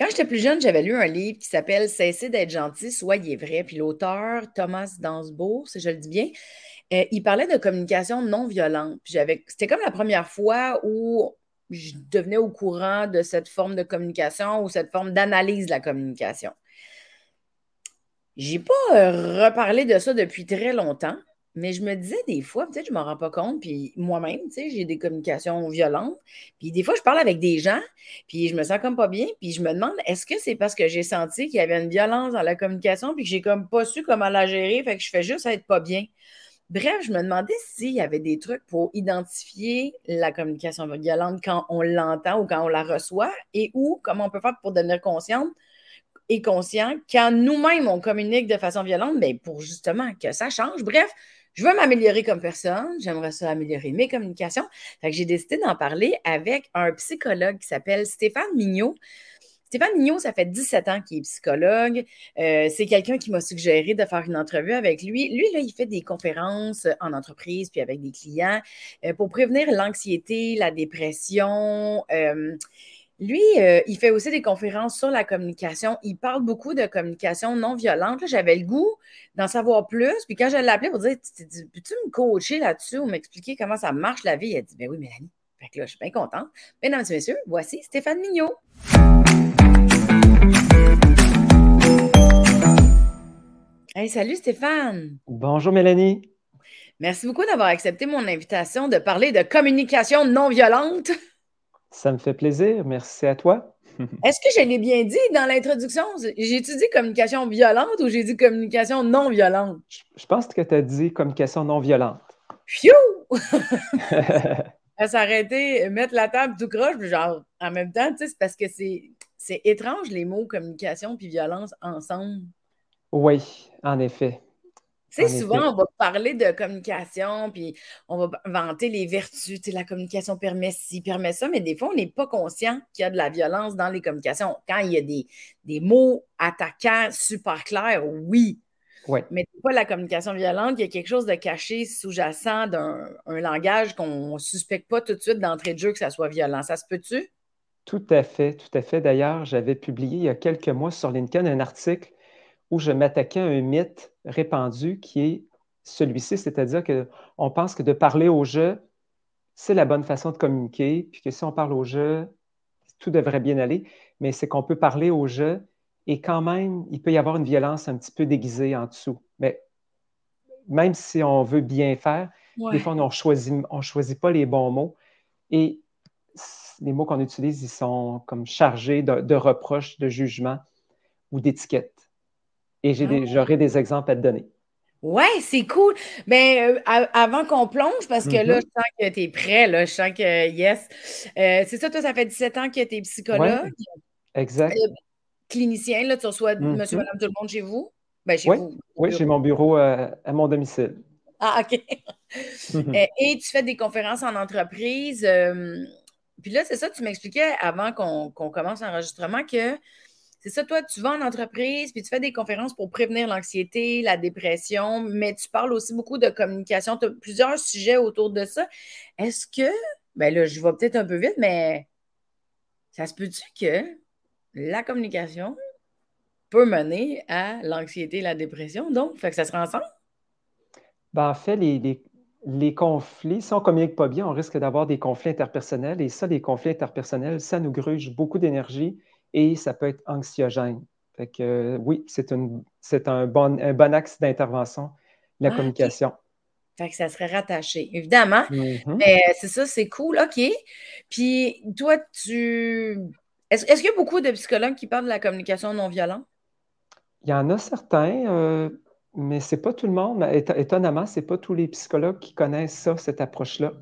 Quand j'étais plus jeune, j'avais lu un livre qui s'appelle Cessez d'être gentil, soyez vrai. Puis l'auteur, Thomas Dansbourg, si je le dis bien, il parlait de communication non violente. Puis c'était comme la première fois où je devenais au courant de cette forme de communication ou cette forme d'analyse de la communication. J'ai pas reparlé de ça depuis très longtemps, mais je me disais des fois, peut-être je ne m'en rends pas compte, puis moi-même, tu sais, j'ai des communications violentes, puis des fois, je parle avec des gens, puis je me sens comme pas bien, puis je me demande, est-ce que c'est parce que j'ai senti qu'il y avait une violence dans la communication, puis que j'ai comme pas su comment la gérer, fait que je fais juste être pas bien. Bref, je me demandais s'il y avait des trucs pour identifier la communication violente quand on l'entend ou quand on la reçoit, et ou comment on peut faire pour devenir consciente et conscient quand nous-mêmes, on communique de façon violente, bien, pour justement que ça change. Bref, je veux m'améliorer comme personne. J'aimerais ça améliorer mes communications. Fait que j'ai décidé d'en parler avec un psychologue qui s'appelle Stéphane Mignot. Stéphane Mignot, ça fait 17 ans qu'il est psychologue. C'est quelqu'un qui m'a suggéré de faire une entrevue avec lui. Lui, là, il fait des conférences en entreprise puis avec des clients pour prévenir l'anxiété, la dépression. Lui, il fait aussi des conférences sur la communication. Il parle beaucoup de communication non violente. Là, j'avais le goût d'en savoir plus. Puis quand je l'ai appelé pour dire, peux-tu me coacher là-dessus ou m'expliquer comment ça marche la vie? Il a dit, ben oui, Mélanie. Fait que là, je suis bien contente. Mesdames et messieurs, voici Stéphane Mignot. Hey, salut Stéphane. Bonjour Mélanie, Merci beaucoup d'avoir accepté mon invitation de parler de communication non violente. ça me fait plaisir, merci à toi. Est-ce que je l'ai bien dit dans l'introduction? J'ai-tu dit communication violente ou j'ai dit communication non violente? Je pense que tu as dit communication non violente. Phew! À s'arrêter, mettre la table tout croche, puis genre, en même temps, tu sais, c'est parce que c'est étrange les mots communication puis violence ensemble. Oui, en effet, Tu sais, en souvent, effet. on va parler de communication, puis on va vanter les vertus, tu sais, la communication permet ci, permet ça, mais des fois, on n'est pas conscient qu'il y a de la violence dans les communications. Quand il y a des mots attaquants super clairs, oui, Oui, mais des fois, la communication violente, il y a quelque chose de caché, sous-jacent d'un un langage qu'on ne suspecte pas tout de suite d'entrée de jeu que ça soit violent. Ça se peut-tu? tout à fait, tout à fait. D'ailleurs, j'avais publié il y a quelques mois sur LinkedIn un article où je m'attaquais à un mythe répandu qui est celui-ci, c'est-à-dire qu'on pense que de parler au jeu, c'est la bonne façon de communiquer, puis que si on parle au jeu, tout devrait bien aller, mais c'est qu'on peut parler au jeu et quand même, il peut y avoir une violence un petit peu déguisée en dessous. Mais même si on veut bien faire, des Ouais. fois, on choisit pas les bons mots et les mots qu'on utilise, ils sont comme chargés de reproches, de jugements ou d'étiquettes. Et j'aurai des exemples à te donner. Ouais, c'est cool. Mais avant qu'on plonge, parce que là, je Mhm. sens que tu es prêt, là, je sens que yes. C'est ça, toi, ça fait 17 ans que tu es Oui, psychologue, euh, exact. clinicien, là, tu reçois monsieur, Mhm. madame, tout le monde chez vous? Ben, chez Oui, vous, au oui, j'ai bureau. mon bureau à mon domicile. Ah, OK. Mhm. Et tu fais des conférences en entreprise. Puis là, c'est ça, tu m'expliquais avant qu'on commence l'enregistrement que c'est ça, toi, tu vas en entreprise, puis tu fais des conférences pour prévenir l'anxiété, la dépression, mais tu parles aussi beaucoup de communication. Tu as plusieurs sujets autour de ça. Est-ce que, ben là, je vais peut-être un peu vite, mais ça se peut-tu que la communication peut mener à l'anxiété et la dépression, donc, fait que ça sera ensemble? Ben, en fait, les conflits, si on ne communique pas bien, on risque d'avoir des conflits interpersonnels. Et ça, les conflits interpersonnels, ça nous gruge beaucoup d'énergie et ça peut être anxiogène. Fait que, oui, c'est un bon axe d'intervention, la Ah, OK. communication. Fait que ça serait rattaché, évidemment. Mhm. Mais c'est ça, c'est cool, OK. Puis toi, est-ce qu'il y a beaucoup de psychologues qui parlent de la communication non violente? Il y en a certains, mais ce n'est pas tout le monde. Étonnamment, ce n'est pas tous les psychologues qui connaissent ça, cette approche-là.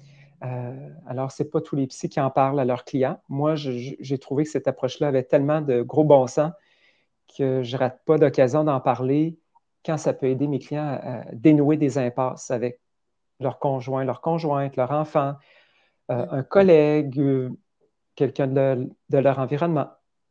Alors, ce n'est pas tous les psys qui en parlent à leurs clients. Moi, j'ai trouvé que cette approche-là avait tellement de gros bon sens que je ne rate pas d'occasion d'en parler quand ça peut aider mes clients à dénouer des impasses avec leur conjoint, leur conjointe, leur enfant, un collègue, quelqu'un de leur environnement.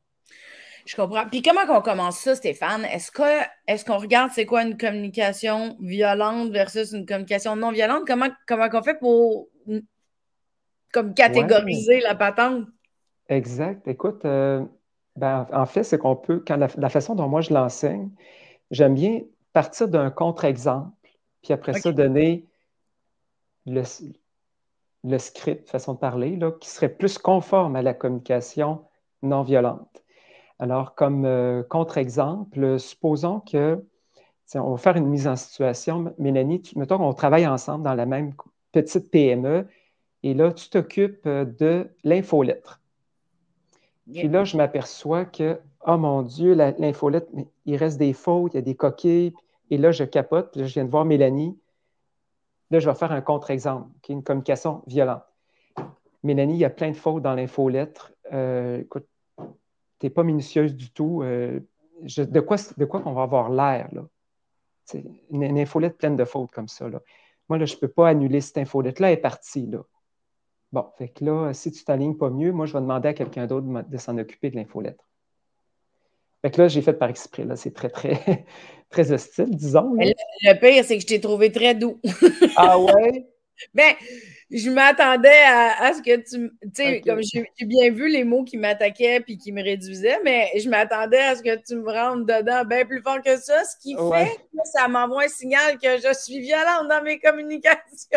Je comprends. Puis comment qu'on commence ça, Stéphane? Est-ce qu'on regarde c'est quoi une communication violente versus une communication non violente? Comment qu'on fait pour comme Ouais, catégoriser la patente? exact. Écoute, Ben, en fait, c'est qu'on peut, quand la façon dont moi je l'enseigne, j'aime bien partir d'un contre-exemple, puis après ça, OK. donner le, le script, façon de parler, là, qui serait plus conforme à la communication non violente. Alors, comme contre-exemple, supposons que, tiens, on va faire une mise en situation. Mélanie, mettons qu'on travaille ensemble dans la même petite PME, et là, tu t'occupes de l'infolettre. Puis OK. là, je m'aperçois que, oh mon Dieu, l'infolette, il reste des fautes, il y a des coquilles. Et là, je capote. Là, je viens de voir Mélanie. Là, je vais faire un contre-exemple, qui est une communication violente. Mélanie, il y a plein de fautes dans l'infolettre. Écoute, tu n'es pas minutieuse du tout. De quoi qu'on va avoir l'air, là? C'est une infolette pleine de fautes comme ça, là. Moi, là, je ne peux pas annuler cette infolette-là, elle est partie, là. Bon, fait que là, si tu t'alignes pas mieux, moi, je vais demander à quelqu'un d'autre de s'en occuper de l'infolettre. Fait que là, j'ai fait par exprès. Là. C'est très, très, très hostile, disons. Mais Là. là, le pire, c'est que je t'ai trouvé très doux. Ah ouais? Ben, je m'attendais à ce que tu sais, comme OK. j'ai bien vu les mots qui m'attaquaient puis qui me réduisaient, mais je m'attendais à ce que tu me rentres dedans bien plus fort que ça, ce qui fait Ouais. que ça m'envoie un signal que je suis violente dans mes communications.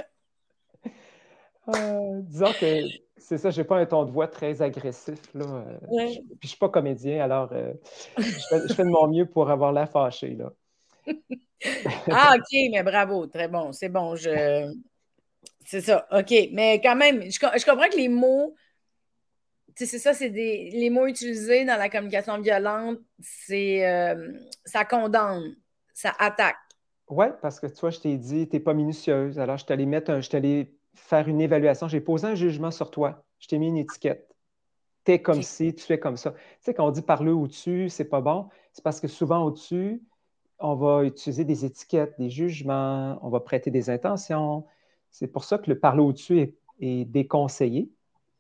Disons que c'est ça, j'ai pas un ton de voix très agressif. Là. Ouais. Puis je suis pas comédien, alors je fais de mon mieux pour avoir l'air fâché. Là. Ah, OK, mais bravo, très bon, c'est bon, c'est ça, OK, mais quand même, je comprends que les mots, tu sais, c'est ça, les mots utilisés dans la communication violente, ça condamne, ça attaque. Ouais, parce que tu vois, je t'ai dit, t'es pas minutieuse. Alors, je t'allais faire une évaluation. J'ai posé un jugement sur toi. Je t'ai mis une étiquette. T'es comme OK. ci, tu fais comme ça. Tu sais, quand on dit parler au-dessus, c'est pas bon. C'est parce que souvent au-dessus, on va utiliser des étiquettes, des jugements, on va prêter des intentions. C'est pour ça que le parler au-dessus est déconseillé.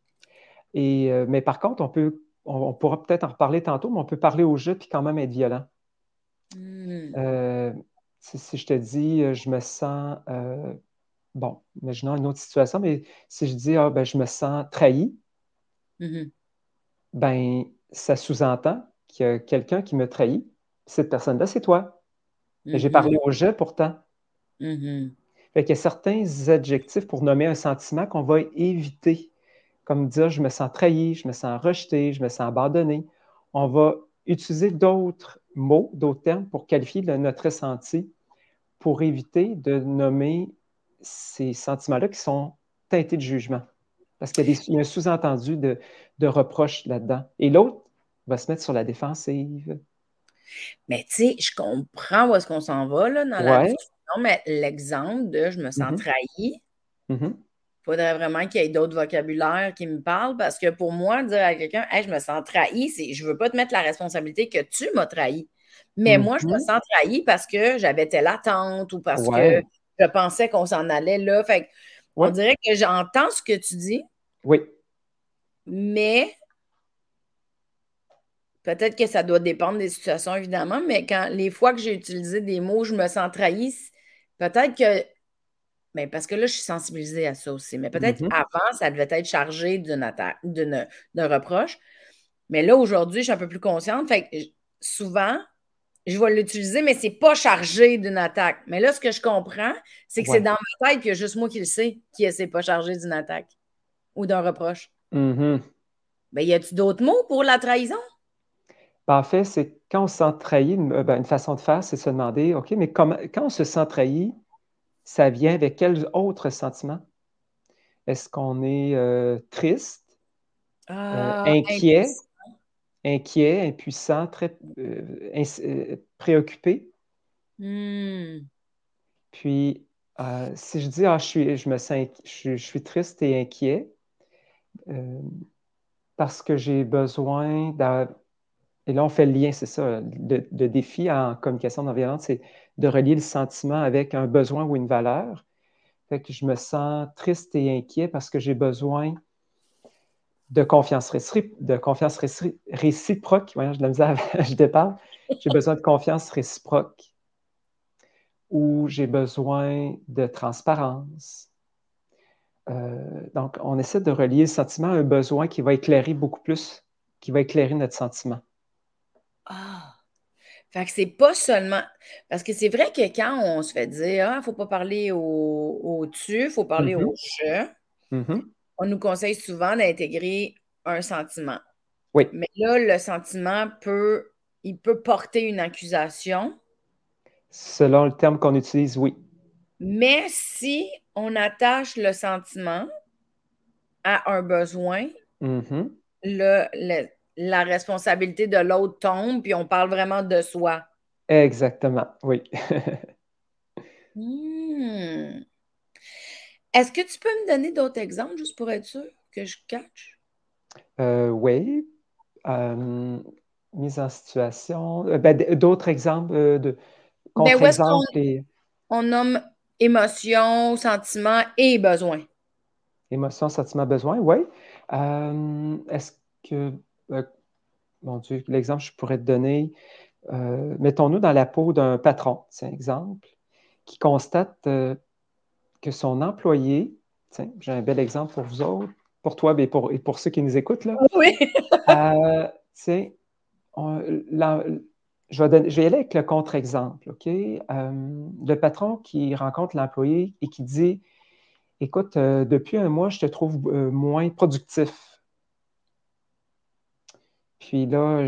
Mais par contre, on pourra peut-être en reparler tantôt, mais on peut parler au jeu puis quand même être violent. Hmm. Euh, si je te dis, je me sens, bon, imaginons une autre situation, mais si je dis, ah, ben, je me sens trahi, Mhm. ben, ça sous-entend qu'il y a quelqu'un qui me trahit. Cette personne-là, c'est toi. J'ai Mhm. parlé au jeu pourtant. Mhm. Fait qu'il y a certains adjectifs pour nommer un sentiment qu'on va éviter, comme dire je me sens trahi, je me sens rejeté, je me sens abandonné. On va utiliser d'autres mots, d'autres termes pour qualifier notre ressenti, pour éviter de nommer ces sentiments-là qui sont teintés de jugement. Parce qu'il y a un sous-entendu de reproche là-dedans. Et l'autre va se mettre sur la défensive. Mais tu sais, je comprends où est-ce qu'on s'en va là, dans la Ouais. discussion, mais l'exemple de je me sens Mhm. trahi, Mhm. il faudrait vraiment qu'il y ait d'autres vocabulaires qui me parlent parce que pour moi, dire à quelqu'un, hey, je me sens trahi, c'est je veux pas te mettre la responsabilité que tu m'as trahi. Mais moi, je me Mhm. sens trahi parce que j'avais telle attente ou parce que Ouais. je pensais qu'on s'en allait là. Fait que on Ouais. dirait que j'entends ce que tu dis, Oui. mais peut-être que ça doit dépendre des situations, évidemment, mais quand les fois que j'ai utilisé des mots, je me sens trahi, peut-être que, ben parce que là, je suis sensibilisée à ça aussi, mais peut-être Mhm. avant, ça devait être chargé d'un reproche. Mais là, aujourd'hui, je suis un peu plus consciente. Fait que souvent, je vais l'utiliser, mais c'est pas chargé d'une attaque. Mais là, ce que je comprends, c'est que c'est Ouais. dans ma tête, puis il y a juste moi qui le sais, qui c'est pas chargé d'une attaque ou d'un reproche. Mhm. Ben, y a-tu d'autres mots pour la trahison? Ben, en fait, c'est quand on se sent trahi, une façon de faire, c'est de se demander, OK, mais quand on se sent trahi, ça vient avec quel autre sentiment? Est-ce qu'on est triste, Ah, inquiet, impuissant. impuissant, très préoccupé? Hmm. Puis, si je dis, ah, je me sens, je suis triste et inquiet euh, parce que j'ai besoin et là, on fait le lien, c'est ça. Le défi en communication non violente, c'est de relier le sentiment avec un besoin ou une valeur. Fait que je me sens triste et inquiet parce que j'ai besoin de confiance réciproque. Voyons, j'ai de la misère, je déparle. J'ai besoin de confiance réciproque ou j'ai besoin de transparence. Donc, on essaie de relier le sentiment à un besoin qui va éclairer beaucoup plus, qui va éclairer notre sentiment. Fait que c'est pas seulement. Parce que c'est vrai que quand on se fait dire, ah, faut pas parler au tu, faut parler au Mhm, je, mhm. on nous conseille souvent d'intégrer un sentiment. Oui, Mais là, le sentiment il peut porter une accusation, selon le terme qu'on utilise, oui. mais si on attache le sentiment à un besoin, Mhm. la responsabilité de l'autre tombe, puis on parle vraiment de soi. Exactement, oui. Hmm. Est-ce que tu peux me donner d'autres exemples juste pour être sûr que je catch? Oui. Euh, mise en situation. D'autres exemples de Ben, où est-ce contre-exemples et qu'on nomme émotion, sentiment et besoin? émotions, sentiments, besoins, oui. Est-ce que, euh, mon Dieu, l'exemple que je pourrais te donner, mettons-nous dans la peau d'un patron, c'est un exemple, qui constate que son employé, tiens, j'ai un bel exemple pour vous autres, pour toi et pour ceux qui nous écoutent, là. Oui. Tiens, on- la- je vais y aller avec le contre-exemple, OK? Le patron qui rencontre l'employé et qui dit, écoute, depuis un mois, je te trouve moins productif. Puis là,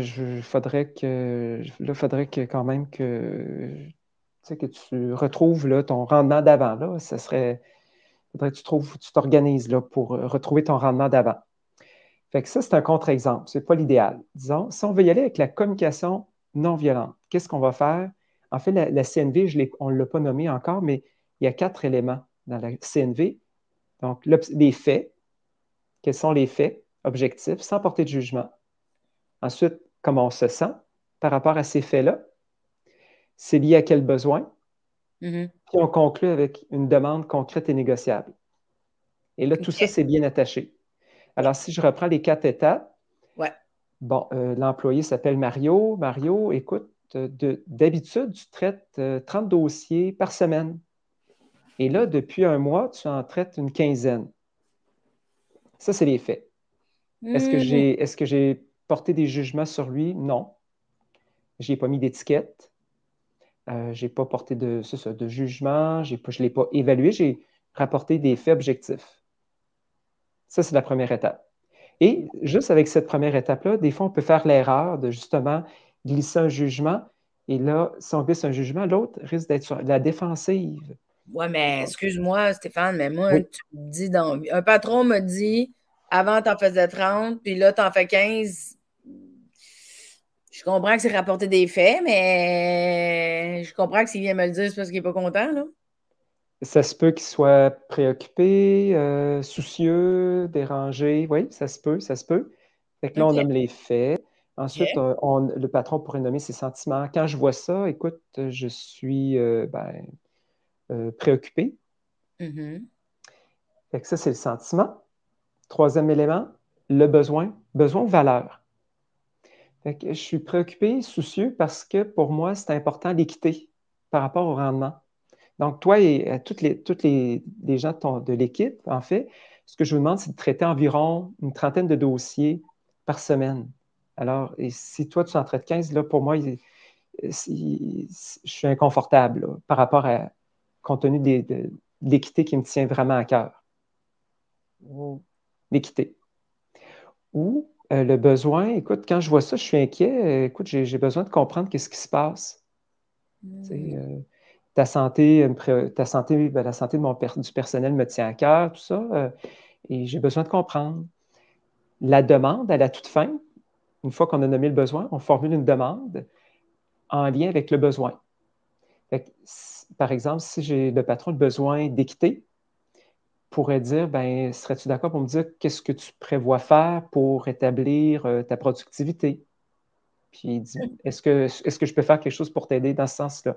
faudrait que quand même tu sais, que tu retrouves là, ton rendement d'avant. Là, faudrait que tu t'organises là, pour retrouver ton rendement d'avant. Fait que ça, c'est un contre-exemple. C'est pas l'idéal. Disons, si on veut y aller avec la communication non violente, qu'est-ce qu'on va faire? En fait, la CNV, on ne l'a pas nommé encore, mais il y a 4 éléments dans la CNV. Donc, les faits, quels sont les faits objectifs, sans porter de jugement. Ensuite, comment on se sent par rapport à ces faits-là. C'est lié à quel besoin. Mhm. Puis on conclut avec une demande concrète et négociable. Et là, tout ça, OK. c'est bien attaché. Alors, si je reprends les 4 étapes, Ouais. bon, l'employé s'appelle Mario. Mario, écoute, d'habitude, tu traites 30 dossiers par semaine. Et là, depuis un mois, tu en traites une quinzaine. Ça, c'est les faits. Hmm. Est-ce que j'ai porté des jugements sur lui? Non. Je n'ai pas mis d'étiquette. Je n'ai pas porté c'est ça, de jugement. Je ne l'ai pas évalué. J'ai rapporté des faits objectifs. Ça, c'est la première étape. Et juste avec cette première étape-là, des fois, on peut faire l'erreur de justement glisser un jugement. Et là, si on glisse un jugement, l'autre risque d'être sur la défensive. Ouais, mais excuse-moi, Stéphane, mais moi, Oui, tu me dis un patron me dit avant, t'en faisais 30, puis là, t'en fais 15. Je comprends que c'est rapporter des faits, mais je comprends que s'il vient me le dire, c'est parce qu'il n'est pas content, là. ça se peut qu'il soit préoccupé, soucieux, dérangé. Oui, ça se peut, ça se peut. Fait que là, on OK. nomme les faits. Ensuite, OK. le patron pourrait nommer ses sentiments. Quand je vois ça, écoute, je suis préoccupé. Mhm. Fait que ça, c'est le sentiment. Troisième élément, le besoin. Besoin ou valeur. Fait que je suis préoccupé, soucieux parce que pour moi, c'est important l'équité par rapport au rendement. Donc, toi et les gens de l'équipe, en fait, ce que je vous demande, c'est de traiter environ une trentaine de dossiers par semaine. Alors, et si toi, tu en traites 15, là, pour moi, je suis inconfortable là, par rapport à, compte tenu de l'équité qui me tient vraiment à cœur. Oh. L'équité. Ou le besoin, écoute, quand je vois ça, je suis inquiet. Écoute, j'ai besoin de comprendre qu'est-ce qui se passe. Tu sais, Hmm. ta santé, ta santé, ben, la santé du personnel me tient à cœur, tout ça, et j'ai besoin de comprendre. La demande, à la toute fin, une fois qu'on a nommé le besoin, on formule une demande en lien avec le besoin. Fait que, par exemple, si j'ai le patron le besoin d'équité, pourrait dire, ben, serais-tu d'accord pour me dire qu'est-ce que tu prévois faire pour rétablir ta productivité? Puis il dit, est-ce que je peux faire quelque chose pour t'aider dans ce sens-là?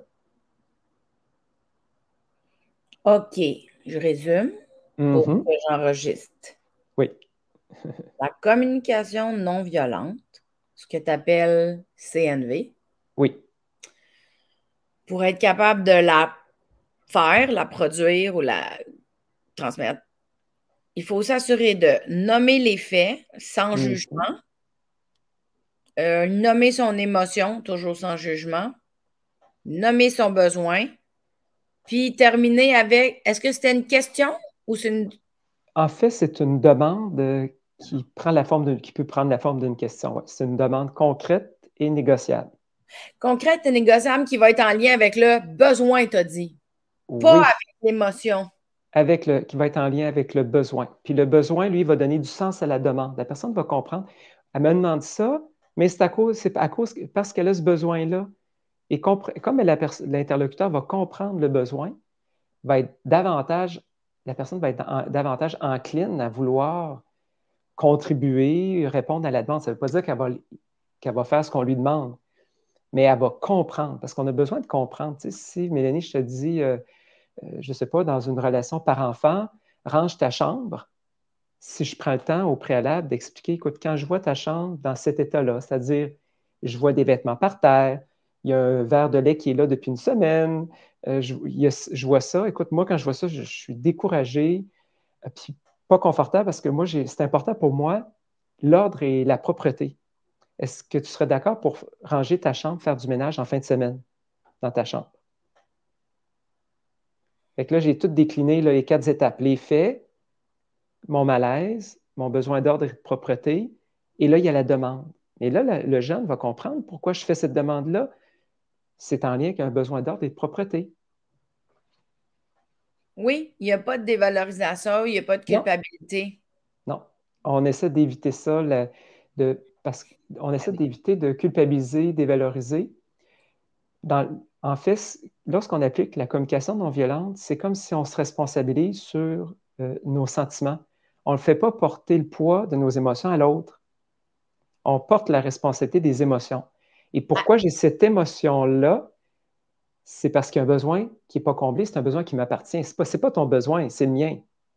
OK. Je résume pour Mhm. que j'enregistre. Oui, La communication non violente, ce que tu appelles CNV, oui. pour être capable de la faire, la produire ou la transmettre, il faut s'assurer de nommer les faits sans Mhm. jugement, nommer son émotion, toujours sans jugement, nommer son besoin, puis terminer avec, est-ce que c'était une question ou c'est une En fait, c'est une demande qui peut prendre la forme d'une question. Ouais. C'est une demande concrète et négociable. concrète et négociable qui va être en lien avec le besoin, t'as dit, pas Oui, avec l'émotion. qui va être en lien avec le besoin. Puis le besoin, lui, va donner du sens à la demande. La personne va comprendre. Elle me demande ça, mais c'est à cause, parce qu'elle a ce besoin-là. Et comme l'interlocuteur va comprendre le besoin, va être davantage, la personne va être davantage encline à vouloir contribuer, répondre à la demande. Ça ne veut pas dire qu'elle va faire ce qu'on lui demande, mais elle va comprendre, parce qu'on a besoin de comprendre. Tu sais, si, Mélanie, je te dis, je ne sais pas, dans une relation par-enfant, range ta chambre, si je prends le temps au préalable d'expliquer, écoute, quand je vois ta chambre dans cet état-là, c'est-à-dire, je vois des vêtements par terre, il y a un verre de lait qui est là depuis une semaine, je vois ça, écoute, moi, quand je vois ça, je suis découragé, puis pas confortable parce que moi, c'est important pour moi, l'ordre et la propreté. Est-ce que tu serais d'accord pour ranger ta chambre, faire du ménage en fin de semaine dans ta chambre? Fait que là, j'ai tout décliné, là, les 4 étapes. Les faits, mon malaise, mon besoin d'ordre et de propreté, et là, il y a la demande. Et là, le jeune va comprendre pourquoi je fais cette demande-là. C'est en lien avec un besoin d'ordre et de propreté. Oui, il n'y a pas de dévalorisation, il n'y a pas de Non, culpabilité. non. On essaie d'éviter ça, parce qu'on essaie d'éviter de culpabiliser, dévaloriser. En fait, lorsqu'on applique la communication non violente, c'est comme si on se responsabilise sur nos sentiments. On ne fait pas porter le poids de nos émotions à l'autre. On porte la responsabilité des émotions. Et Ah, pourquoi j'ai cette émotion-là? C'est parce qu'il y a un besoin qui n'est pas comblé, c'est un besoin qui m'appartient. C'est pas ton besoin, c'est le mien.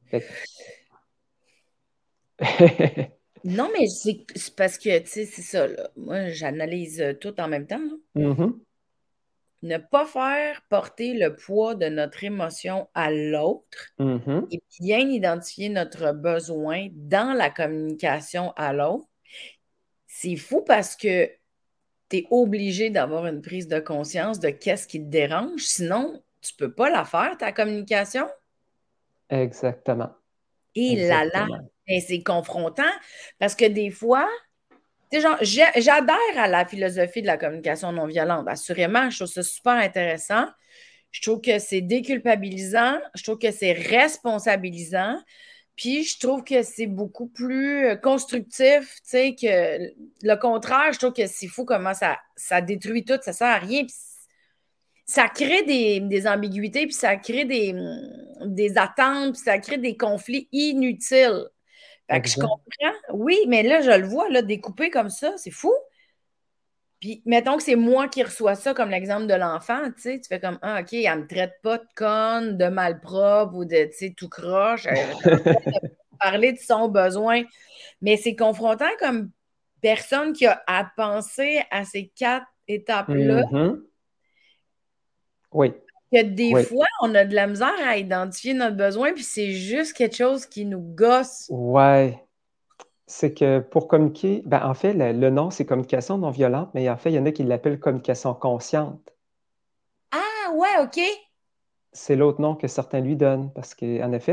non, mais c'est parce que, tu sais, c'est ça, là. Moi, j'analyse tout en même temps, là. Mhm, Ne pas faire porter le poids de notre émotion à l'autre mhm. et bien identifier notre besoin dans la communication à l'autre, c'est fou parce que tu es obligé d'avoir une prise de conscience de qu'est-ce qui te dérange, sinon tu peux pas la faire, ta communication. Exactement, Et là là, exactement. ben, c'est confrontant parce que des fois, tu sais, genre, j'adhère à la philosophie de la communication non violente. Assurément, je trouve ça super intéressant. Je trouve que c'est déculpabilisant. Je trouve que c'est responsabilisant. Puis je trouve que c'est beaucoup plus constructif, tu sais, que le contraire, je trouve que c'est fou comment ça détruit tout, ça sert à rien. Puis ça crée des ambiguïtés, puis ça crée des attentes, puis ça crée des conflits inutiles. Fait que je Exact. comprends, oui, mais là, je le vois, là, découpé comme ça, c'est fou. Puis, mettons que c'est moi qui reçois ça comme l'exemple de l'enfant, tu sais, tu fais comme, ah, OK, elle me traite pas de conne, de malpropre ou de, tu sais, tout croche. Elle est en train de parler de son besoin. Mais c'est confrontant comme personne qui a à penser à ces 4 étapes-là, Mhm. Oui, que des oui. fois, on a de la misère à identifier notre besoin, puis c'est juste quelque chose qui nous gosse. Ouais. C'est que pour communiquer, ben, en fait, le nom, c'est communication non violente, mais en fait, il y en a qui l'appellent communication consciente. Ah, ouais, OK. C'est l'autre nom que certains lui donnent, parce qu'en effet,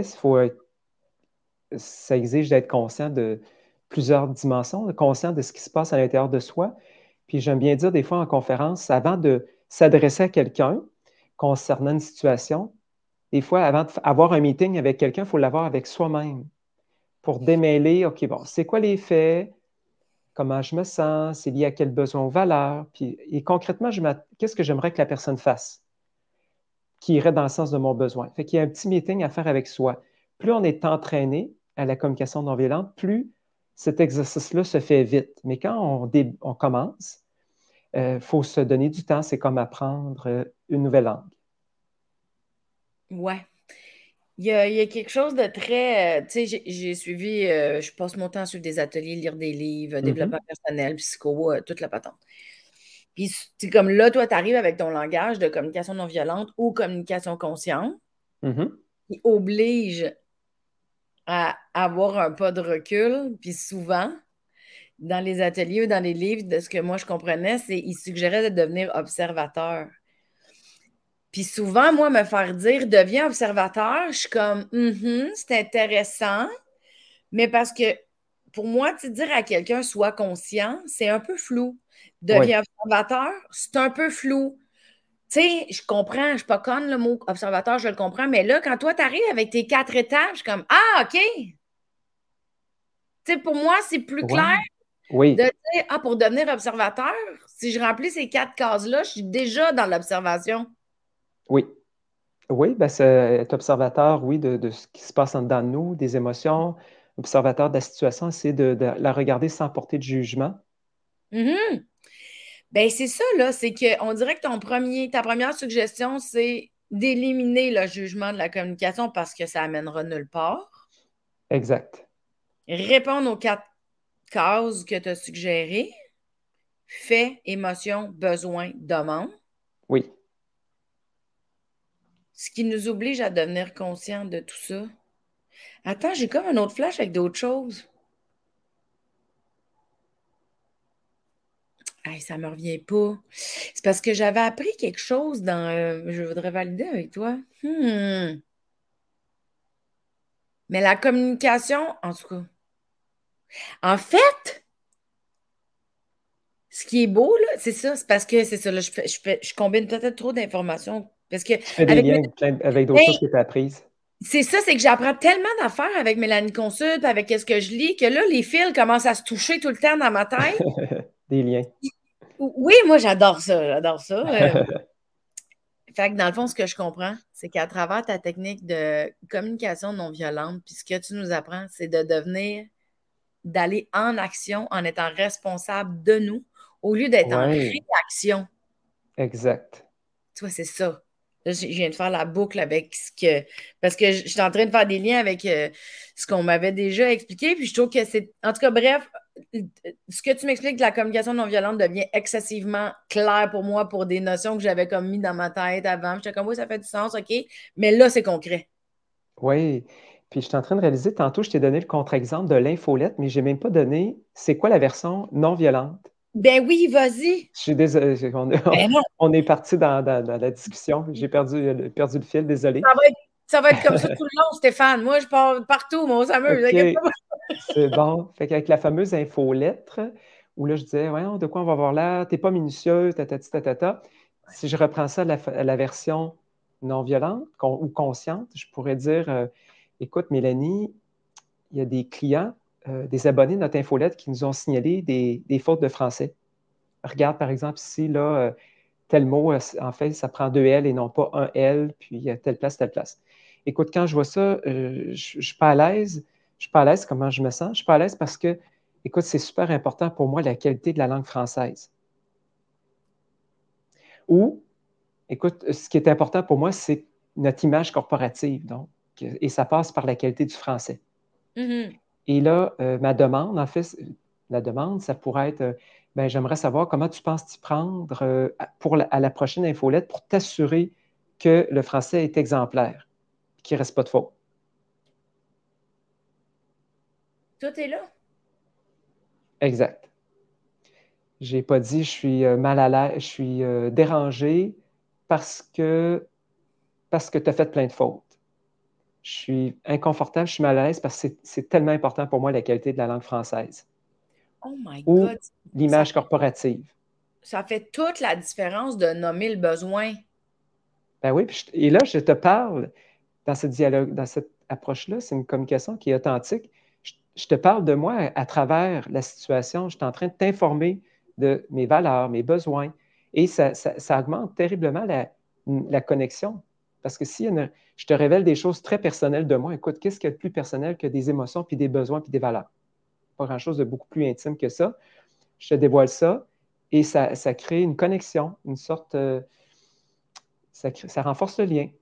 ça exige d'être conscient de plusieurs dimensions, conscient de ce qui se passe à l'intérieur de soi. Puis j'aime bien dire des fois en conférence, avant de s'adresser à quelqu'un concernant une situation, des fois, avant d'avoir un meeting avec quelqu'un, il faut l'avoir avec soi-même pour démêler, OK, bon, c'est quoi les faits? Comment je me sens, c'est lié à quel besoin ou valeur, puis et concrètement, qu'est-ce que j'aimerais que la personne fasse qui irait dans le sens de mon besoin. Fait qu'il y a un petit meeting à faire avec soi. Plus on est entraîné à la communication non violente, plus cet exercice-là se fait vite. Mais quand on commence, il faut se donner du temps. C'est comme apprendre une nouvelle langue. Ouais. Il y a quelque chose de très. Tu sais, j'ai suivi. Je passe mon temps à suivre des ateliers, lire des livres, développement Mhm, personnel, psycho, toute la patente. Puis, c'est comme là, toi, tu arrives avec ton langage de communication non violente ou communication consciente mhm. qui oblige à avoir un pas de recul. Puis, souvent, dans les ateliers ou dans les livres, de ce que moi je comprenais, c'est qu'ils suggéraient de devenir observateur. Puis souvent, moi, me faire dire deviens observateur, je suis comme c'est intéressant, mais parce que pour moi, tu sais, dire à quelqu'un sois conscient, c'est un peu flou. Oui, Deviens observateur, c'est un peu flou. Tu sais, je comprends, je suis pas conne le mot observateur, je le comprends, mais là, quand toi, tu arrives avec tes 4 étapes, je suis comme ah, OK. Tu sais, pour moi, c'est plus clair oui, de oui, dire ah, pour devenir observateur, si je remplis ces 4 cases-là, je suis déjà dans l'observation. oui. Oui, ben, c'est être observateur, oui, de ce qui se passe en dedans de nous, des émotions, observateur de la situation, essayer de la regarder sans porter de jugement. Mhm. Ben, c'est ça, là. C'est qu'on dirait que ta première suggestion, c'est d'éliminer le jugement de la communication parce que ça amènera nulle part. Exact. Répondre aux 4 cases que tu as suggérées. Fait, émotion, besoin, demande. Oui. Ce qui nous oblige à devenir conscient de tout ça. Attends, j'ai comme un autre flash avec d'autres choses. Hey, ça me revient pas. C'est parce que j'avais appris quelque chose dans. Je voudrais valider avec toi. Mais la communication, en tout cas. En fait, ce qui est beau, là, c'est ça, c'est parce que c'est ça, là, je combine peut-être trop d'informations. Parce que Tu fais des avec liens avec d'autres ben, choses que tu as apprises. c'est ça, c'est que j'apprends tellement d'affaires avec Mélanie Consulte, avec ce que je lis, que là, les fils commencent à se toucher tout le temps dans ma tête. Des liens. Oui, moi, j'adore ça, j'adore ça. Fait que dans le fond, ce que je comprends, c'est qu'à travers ta technique de communication non violente, puis ce que tu nous apprends, c'est d'aller en action en étant responsable de nous, au lieu d'être en Oui, réaction. exact. Tu vois, c'est ça. Là, je viens de faire la boucle avec ce que. Parce que je suis en train de faire des liens avec ce qu'on m'avait déjà expliqué. Puis je trouve que c'est. En tout cas, bref, ce que tu m'expliques de la communication non violente devient excessivement clair pour moi pour des notions que j'avais comme mis dans ma tête avant. J'étais comme, oui, ça fait du sens, OK. Mais là, c'est concret. Oui. Puis je suis en train de réaliser, tantôt, je t'ai donné le contre-exemple de l'infolette, mais je n'ai même pas donné c'est quoi la version non violente. Ben oui, vas-y. Je suis désolé, Ben non, on est parti dans la discussion. J'ai perdu le fil, désolé. ça va être comme ça tout le long, Stéphane. Moi, je pars partout, moi, on s'amuse. OK, Inquiète pas. c'est bon. Fait qu'avec la fameuse infolettre, où là, je disais, voyons, de quoi on va voir là? T'es pas minutieux, tatati, tatata. Si je reprends ça à la version non violente ou consciente, je pourrais dire, écoute, Mélanie, il y a des clients, des abonnés de notre infolettre qui nous ont signalé des fautes de français. Regarde, par exemple, ici, là, tel mot, en fait, ça prend 2 L et non pas un L, puis il y a telle place, telle place. Écoute, quand je vois ça, je ne suis pas à l'aise. Je ne suis pas à l'aise comment je me sens. Je ne suis pas à l'aise parce que, écoute, c'est super important pour moi la qualité de la langue française. Ou, écoute, ce qui est important pour moi, c'est notre image corporative, donc, et ça passe par la qualité du français. Mhm. Et là, ma demande, en fait, la demande, ça pourrait être, ben, j'aimerais savoir comment tu penses t'y prendre à la prochaine infolette pour t'assurer que le français est exemplaire, qu'il ne reste pas de faute. Tout est là. Exact. Je n'ai pas dit je suis mal à l'aise, je suis dérangé parce que tu as fait plein de fautes. Je suis inconfortable, je suis mal à l'aise parce que c'est tellement important pour moi la qualité de la langue française. Oh my Ou God, ça l'image corporative. ça fait toute la différence de nommer le besoin. Ben oui, et là, je te parle dans ce dialogue, dans cette approche-là, c'est une communication qui est authentique. Je te parle de moi à travers la situation. Je suis en train de t'informer de mes valeurs, mes besoins. Et ça augmente terriblement la connexion. Parce que si je te révèle des choses très personnelles de moi, écoute, qu'est-ce qu'il y a de plus personnel que des émotions, puis des besoins, puis des valeurs? Pas grand-chose de beaucoup plus intime que ça. Je te dévoile ça et ça crée une connexion, une sorte, ça renforce le lien,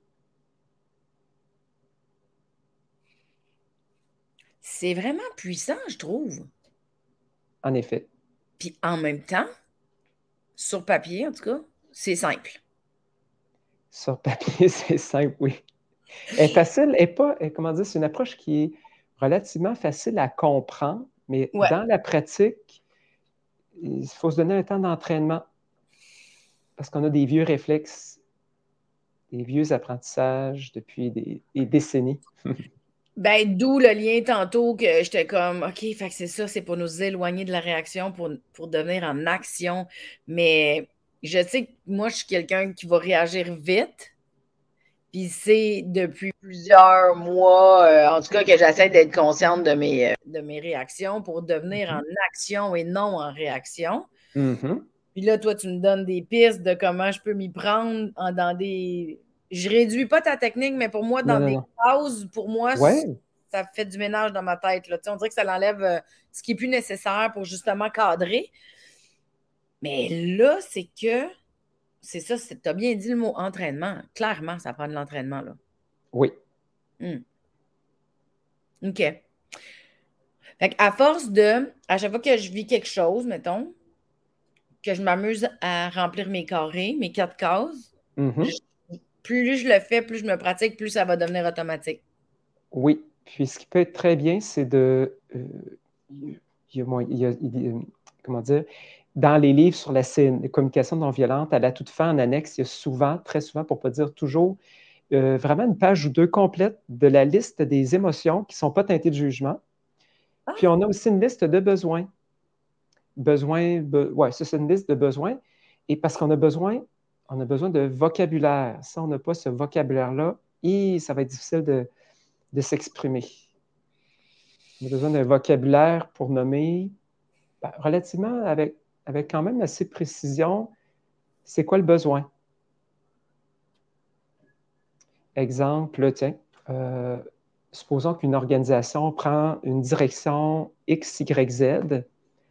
C'est vraiment puissant, je trouve. en effet. Puis en même temps, sur papier, en tout cas, c'est simple. Sur papier, c'est simple, oui. Elle est facile, elle est pas, comment dire, c'est une approche qui est relativement facile à comprendre, mais Ouais. dans la pratique, il faut se donner un temps d'entraînement parce qu'on a des vieux réflexes. des vieux apprentissages depuis des décennies. Ben, d'où le lien tantôt que j'étais comme, OK, fait que c'est ça, c'est pour nous éloigner de la réaction, pour devenir en action. Mais je sais que moi, je suis quelqu'un qui va réagir vite. Puis c'est depuis plusieurs mois, en tout cas, que j'essaie d'être consciente de mes réactions pour devenir en action et non en réaction. Mhm. Puis là, toi, tu me donnes des pistes de comment je peux m'y prendre dans des. Je réduis pas ta technique, mais pour moi, Non, dans non, des non. pauses, pour moi, Ouais, ça fait du ménage dans ma tête. Là. Tu sais, on dirait que ça l'enlève ce qui est plus nécessaire pour justement cadrer. Mais là, c'est ça, tu as bien dit le mot entraînement. Clairement, ça prend de l'entraînement, là. oui, Hmm. OK. Fait à force à chaque fois que je vis quelque chose, mettons, que je m'amuse à remplir mes carrés, mes 4 cases, mhm. je- plus je le fais, plus je me pratique, plus ça va devenir automatique. Oui. Puis ce qui peut être très bien, c'est de. Il y a, comment dire, dans les livres sur la communication non violente, à la toute fin, en annexe, il y a souvent, très souvent, pour ne pas dire toujours, vraiment une page ou deux complète de la liste des émotions qui ne sont pas teintées de jugement. Puis Ah, on a aussi une liste de besoins. Ouais, ça, c'est une liste de besoins. Et parce on a besoin de vocabulaire. Si on n'a pas ce vocabulaire-là, et ça va être difficile de s'exprimer. On a besoin d'un vocabulaire pour nommer, relativement avec quand même assez précision, c'est quoi le besoin. Exemple, tiens, euh, supposons qu'une organisation prend une direction X, Y, Z.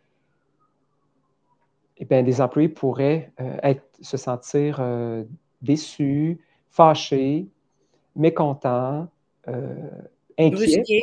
Eh bien, les employés pourraient se sentir déçus, fâchés, mécontents, euh, inquiets, brusquer.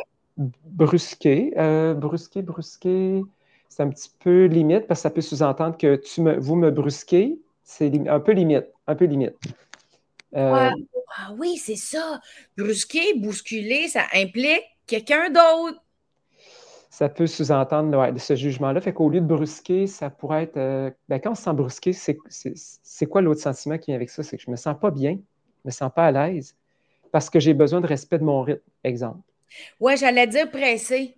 brusqués. C'est un petit peu limite parce que ça peut sous-entendre que vous me brusquez, c'est un peu limite, un peu limite. Ouais. Ah oui, c'est ça. Brusquer, bousculer, ça implique quelqu'un d'autre. Ça peut sous-entendre ouais, ce jugement-là. Fait qu'au lieu de brusquer, ça pourrait être. Ben, quand on se sent brusqué, c'est quoi l'autre sentiment qui vient avec ça? C'est que je me sens pas bien, je me sens pas à l'aise parce que j'ai besoin de respect de mon rythme, exemple. Ouais, j'allais dire pressé.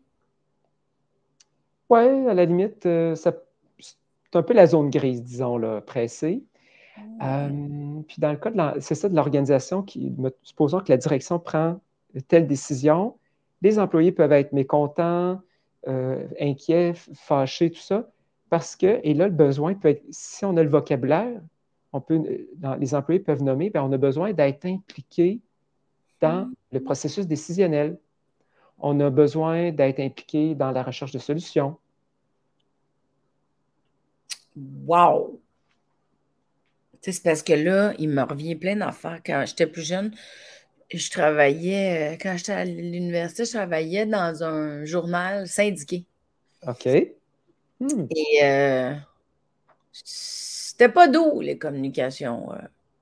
Ouais, à la limite, c'est un peu la zone grise, disons, là, pressée. Puis dans le cas c'est ça, de l'organisation, supposons que la direction prend telle décision, les employés peuvent être mécontents, inquiets, fâchés, tout ça, parce que, et là, le besoin peut être, si on a le vocabulaire, les employés peuvent nommer, bien, on a besoin d'être impliqués dans le processus décisionnel. On a besoin d'être impliqués dans la recherche de solutions. Wow! Tu sais, c'est parce que là, il me revient plein d'affaires. Quand j'étais plus jeune, je travaillais, quand j'étais à l'université, je travaillais dans un journal syndiqué. OK. Hmm. Et c'était pas doux, les communications.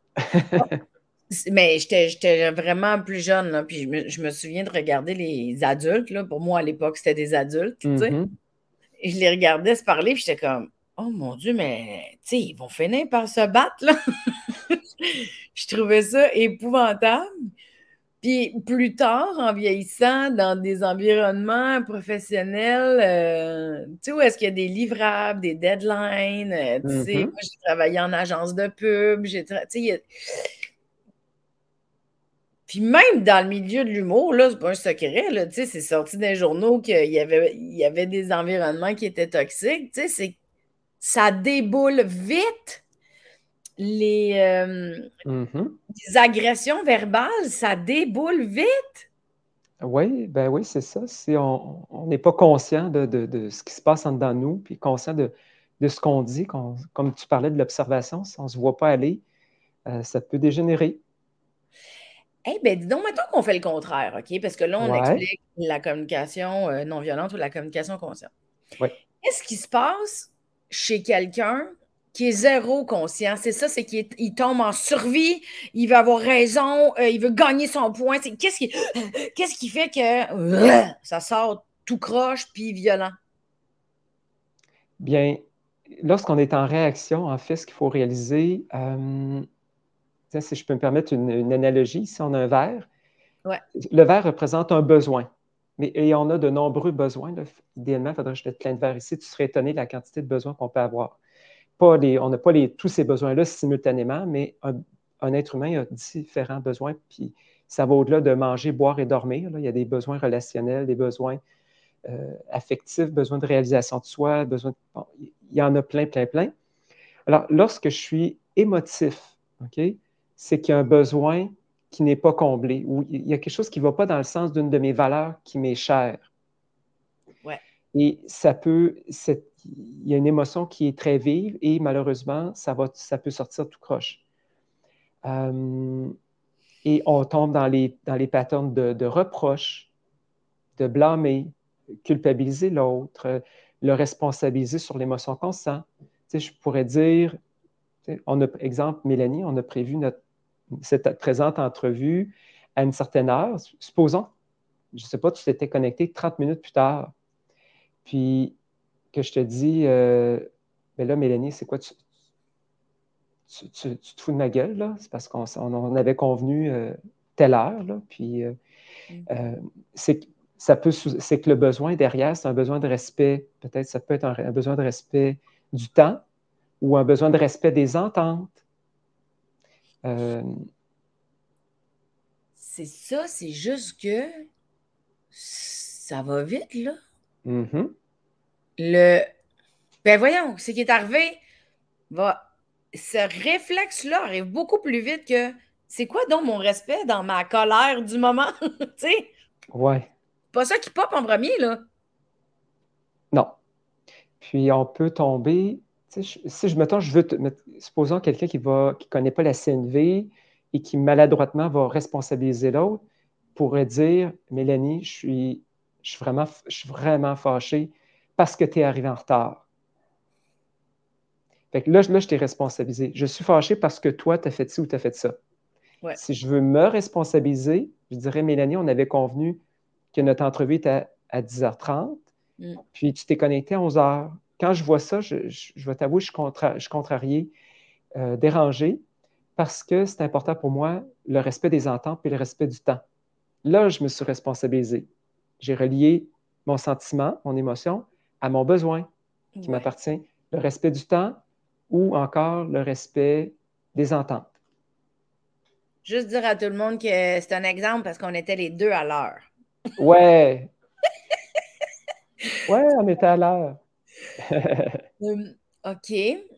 Mais j'étais vraiment plus jeune, là, puis je me souviens de regarder les adultes. Là. Pour moi, à l'époque, c'était des adultes. Tu sais. Mhm. Et je les regardais se parler, puis j'étais comme, oh mon Dieu, mais tu sais, ils vont finir par se battre, là. Je trouvais ça épouvantable. Puis plus tard, en vieillissant, dans des environnements professionnels, tu sais, où est-ce qu'il y a des livrables, des deadlines, tu sais, Mhm. moi, j'ai travaillé en agence de pub, tu sais, puis même dans le milieu de l'humour, là, c'est pas un secret, là, tu sais, c'est sorti des journaux il y avait des environnements qui étaient toxiques, tu sais, ça déboule vite. Mhm. Les agressions verbales, ça déboule vite. Oui, ben oui, c'est ça. Si on n'est pas conscient de ce qui se passe en dedans de nous, puis conscient de ce qu'on dit, comme tu parlais de l'observation, si on ne se voit pas aller, ça peut dégénérer. Eh bien, dis donc, mettons qu'on fait le contraire, OK? Parce que là, on Ouais, explique la communication non violente ou la communication consciente. oui. Qu'est-ce qui se passe chez quelqu'un qui est zéro conscient? C'est ça, c'est il tombe en survie, il veut avoir raison, il veut gagner son point. Qu'est-ce qui fait que ça sort tout croche puis violent? Bien, lorsqu'on est en réaction, en fait, ce qu'il faut réaliser, Tiens, si je peux me permettre une analogie, si on a un verre, Ouais. le verre représente un besoin. Et on a de nombreux besoins. Là. Idéalement, il faudrait que je mette plein de verres ici. Tu serais étonné de la quantité de besoins qu'on peut avoir. On n'a pas tous ces besoins-là simultanément, mais un être humain a différents besoins. Puis ça va au-delà de manger, boire et dormir. Là. Il y a des besoins relationnels, des besoins affectifs, besoins de réalisation de soi, bon, il y en a plein, plein, plein. Alors, lorsque je suis émotif, okay, c'est qu'il y a un besoin qui n'est pas comblé, ou il y a quelque chose qui ne va pas dans le sens d'une de mes valeurs qui m'est chère. Ouais. Et il y a une émotion qui est très vive et malheureusement, ça peut sortir tout croche. Et on tombe dans les patterns de reproches, de blâmer, culpabiliser l'autre, le responsabiliser sur l'émotion qu'on sent. Tu sais, je pourrais dire, exemple, Mélanie, on a prévu cette présente entrevue à une certaine heure. Supposons, je ne sais pas, tu t'étais connecté 30 minutes plus tard. Puis que je te dis, mais là, Mélanie, c'est quoi? Tu te fous de ma gueule, là? C'est parce qu'on avait convenu telle heure, là. Puis c'est que le besoin derrière, c'est un besoin de respect. Peut-être ça peut être un besoin de respect du temps ou un besoin de respect des ententes. C'est ça, c'est juste que ça va vite, là. Mm-hmm. Ben voyons, ce qui est arrivé, ce réflexe-là arrive beaucoup plus vite que c'est quoi donc mon respect dans ma colère du moment? Tu sais, Ouais. pas ça qui pop en premier, là. Non. Puis on peut tomber, si mettons, supposons quelqu'un qui connaît pas la CNV et qui maladroitement va responsabiliser l'autre, pourrait dire, Mélanie, je suis vraiment fâché parce que tu es arrivé en retard. Fait que là, je t'ai responsabilisé. Je suis fâché parce que toi, tu as fait ci ou tu as fait ça. Ouais. Si je veux me responsabiliser, je dirais, Mélanie, on avait convenu que notre entrevue était à 10h30, puis tu t'es connecté à 11h. Quand je vois ça, je vais t'avouer, je suis contrarié, dérangé, parce que c'est important pour moi, le respect des ententes et le respect du temps. Là, je me suis responsabilisé. J'ai relié mon sentiment, mon émotion, à mon besoin qui m'appartient, le respect du temps ou encore le respect des ententes. Juste dire à tout le monde que c'est un exemple parce qu'on était les deux à l'heure. Ouais! Ouais, on était à l'heure. OK.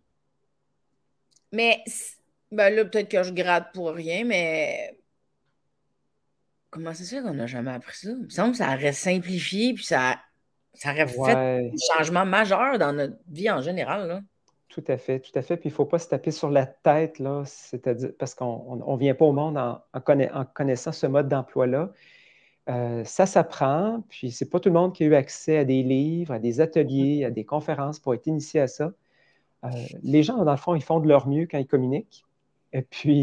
Mais ben là, peut-être que je gratte pour rien, mais comment ça se fait qu'on n'a jamais appris ça? Il me semble que ça aurait simplifié, puis ça aurait fait Ouais. des changements majeurs dans notre vie en général, là. Tout à fait, tout à fait. Puis il ne faut pas se taper sur la tête, là, c'est-à-dire parce qu'on ne vient pas au monde en connaissant ce mode d'emploi-là. Ça s'apprend, puis c'est pas tout le monde qui a eu accès à des livres, à des ateliers, à des conférences pour être initié à ça. Les gens, dans le fond, ils font de leur mieux quand ils communiquent. Et puis,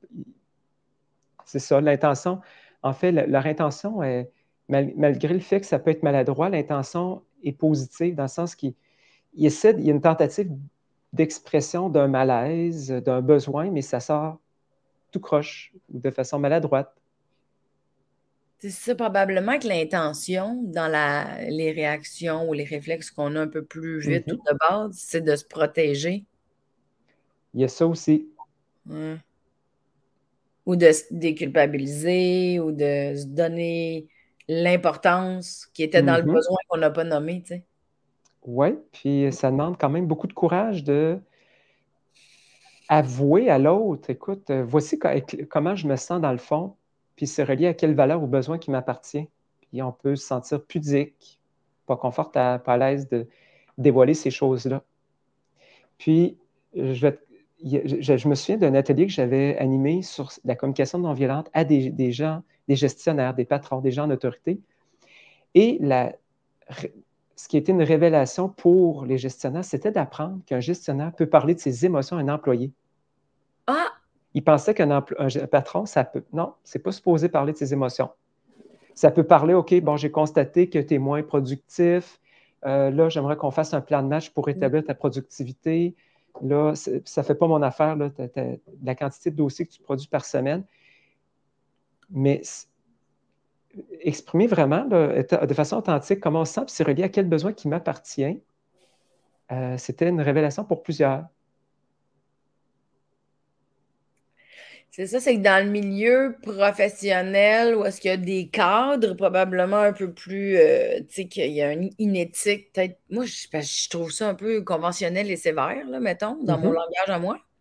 c'est ça, l'intention. En fait, leur intention, est, malgré le fait que ça peut être maladroit, l'intention est positive dans le sens qu'il il y a une tentative d'expression d'un malaise, d'un besoin, mais ça sort tout croche ou de façon maladroite. C'est ça, probablement que l'intention dans les réactions ou les réflexes qu'on a un peu plus vite ou Mm-hmm. de base, c'est de se protéger. Il y a ça aussi. Ouais. Ou de se déculpabiliser ou de se donner l'importance qui était dans le Mm-hmm. besoin qu'on n'a pas nommé, tu sais. Oui, puis ça demande quand même beaucoup de courage de avouer à l'autre, écoute, voici comment je me sens dans le fond, puis c'est relié à quelle valeur ou besoin qui m'appartient. Puis on peut se sentir pudique, pas confortable, pas à l'aise de dévoiler ces choses-là. Puis, je me souviens d'un atelier que j'avais animé sur la communication non violente à des gens, des gestionnaires, des patrons, des gens en autorité. Et ce qui était une révélation pour les gestionnaires, c'était d'apprendre qu'un gestionnaire peut parler de ses émotions à un employé. Ah! Il pensait un patron, ça peut. Non, c'est pas supposé parler de ses émotions. Ça peut parler, OK, bon, j'ai constaté que tu es moins productif. Là, j'aimerais qu'on fasse un plan de match pour établir ta productivité. Là, ça ne fait pas mon affaire, là, la quantité de dossiers que tu produis par semaine. Mais exprimer vraiment là, de façon authentique comment on se sent, puis c'est relié à quel besoin qui m'appartient, c'était une révélation pour plusieurs. C'est ça, c'est que dans le milieu professionnel, où est-ce qu'il y a des cadres probablement un peu plus, tu sais, qu'il y a une éthique, peut-être, moi, parce que je trouve ça un peu conventionnel et sévère, là, mettons, dans mon langage à moi.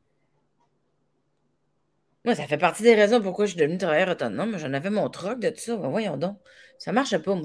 Moi, ça fait partie des raisons pourquoi je suis devenue travailleur autonome. J'en avais mon troc de tout ça. Ben, voyons donc. Ça marchait pas. Moi,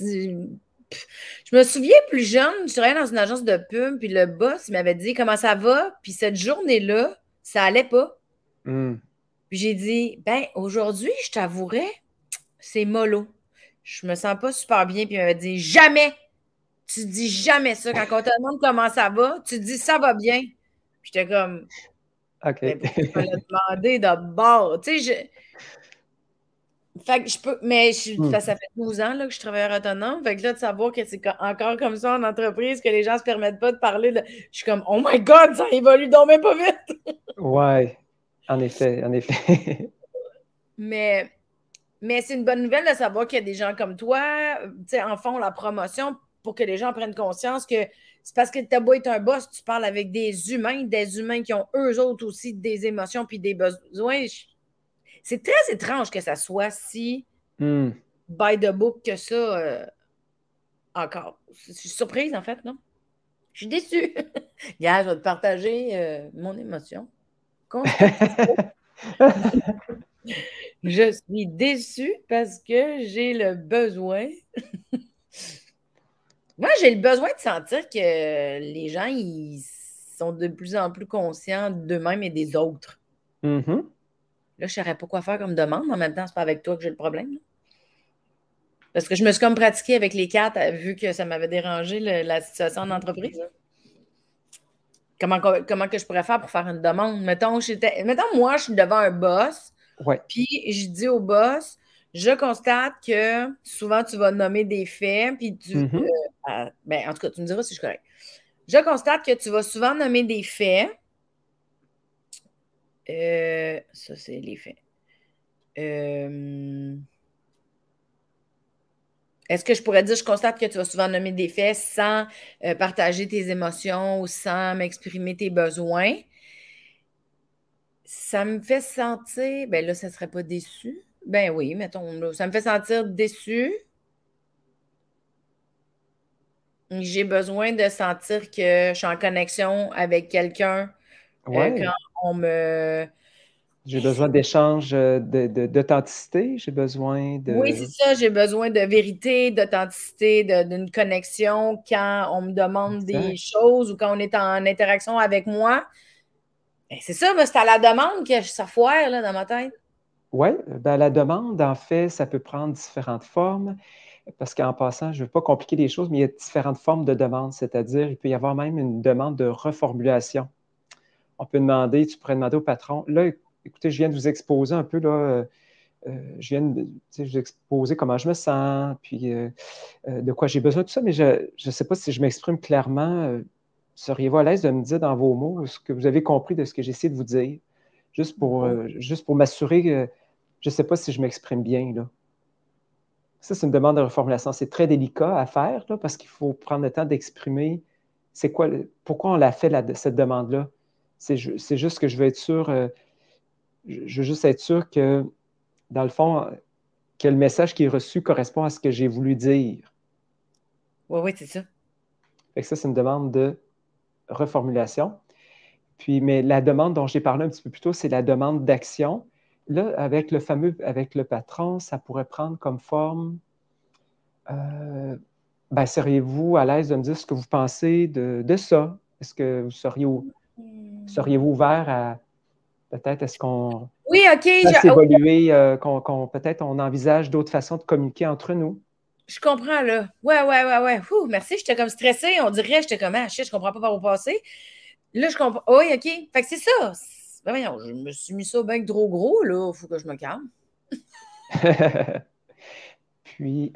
je me souviens plus jeune, je travaillais dans une agence de pub, puis le boss il m'avait dit comment ça va, puis cette journée-là, ça allait pas. Mm. Puis j'ai dit, ben aujourd'hui, je t'avouerais, c'est mollo. Je me sens pas super bien, puis il m'avait dit, jamais, tu dis jamais ça. Quand on te demande comment ça va, tu dis ça va bien. Puis j'étais comme, ben OK. pourquoi tu me l'as demandé d'abord? Tu sais, fait que je peux, mais Mm. ça fait 12 ans là, que je suis travailleur autonome. Fait que là, de savoir que c'est encore comme ça en entreprise, que les gens se permettent pas de parler, je suis comme, oh my God, ça évolue donc même pas vite. Ouais, en effet, en effet. Mais, mais c'est une bonne nouvelle de savoir qu'il y a des gens comme toi, tu sais, en font la promotion pour que les gens prennent conscience que c'est parce que t'as beau être un boss, tu parles avec des humains qui ont eux autres aussi des émotions puis des besoins. C'est très étrange que ça soit si Mm. by the book que ça. Encore. Je suis surprise, en fait, non? Je suis déçue. Gars, je vais te partager mon émotion. Constipation. Je suis déçue parce que j'ai le besoin. Moi, j'ai le besoin de sentir que les gens, ils sont de plus en plus conscients d'eux-mêmes et des autres. Mhm. Là, je ne saurais pas quoi faire comme demande, mais en même temps, c'est pas avec toi que j'ai le problème, là. Parce que je me suis comme pratiquée avec les quatre, vu que ça m'avait dérangé la situation en entreprise, là. Comment que je pourrais faire pour faire une demande? Mettons, moi, je suis devant un boss, Ouais. puis je dis au boss, je constate que souvent tu vas nommer des faits, puis Mhm. ben, en tout cas, tu me diras si je suis correct. Je constate que tu vas souvent nommer des faits. Ça, c'est les faits. Euh, Est-ce que je pourrais dire, je constate que tu vas souvent nommer des faits sans partager tes émotions ou sans m'exprimer tes besoins? Ça me fait sentir, ben là, ça ne serait pas déçu. Ben oui, mettons, là, ça me fait sentir déçu. J'ai besoin de sentir que je suis en connexion avec quelqu'un quand Ouais. on me. J'ai besoin d'échanges d'authenticité. J'ai besoin Oui, c'est de... ça, j'ai besoin de vérité, d'authenticité, d'une connexion quand on me demande des Exact. choses ou quand on est en interaction avec moi. Ben, c'est ça, mais c'est à la demande que ça foire là, dans ma tête. Oui, ben, la demande, en fait, ça peut prendre différentes formes, parce qu'en passant, je ne veux pas compliquer les choses, mais il y a différentes formes de demande, c'est-à-dire il peut y avoir même une demande de reformulation. On peut demander, tu pourrais demander au patron, là, écoutez, je viens de vous exposer un peu, là, je viens de, tu sais, vous exposer comment je me sens, puis de quoi j'ai besoin, tout ça, mais je ne sais pas si je m'exprime clairement. Seriez-vous à l'aise de me dire dans vos mots ce que vous avez compris de ce que j'essaie de vous dire, juste pour m'assurer que je ne sais pas si je m'exprime bien, là. Ça, c'est une demande de reformulation. C'est très délicat à faire, là, parce qu'il faut prendre le temps d'exprimer c'est quoi, pourquoi on l'a fait, cette demande-là. C'est juste que je veux être sûr, je veux juste être sûr que, dans le fond, que le message qui est reçu correspond à ce que j'ai voulu dire. Oui, oui, c'est ça. Fait que ça, c'est une demande de reformulation. Puis, mais la demande dont j'ai parlé un petit peu plus tôt, c'est la demande d'action. Là, avec le patron, ça pourrait prendre comme forme, euh, ben, seriez-vous à l'aise de me dire ce que vous pensez de ça? Est-ce que seriez-vous ouvert à peut-être est-ce qu'on Oui, OK, fasse évoluer, qu'on peut-être on envisage d'autres façons de communiquer entre nous? je comprends, là. Ouais, ouais, ouais, ouais. Ouh, merci, j'étais comme stressée. On dirait, j'étais comme, ah, shit, je comprends pas par où passer. Là, je comprends. Oui, OK. Fait que c'est ça. Ben voyons, je me suis mis ça bien que trop gros, là. Faut que je me calme. Puis,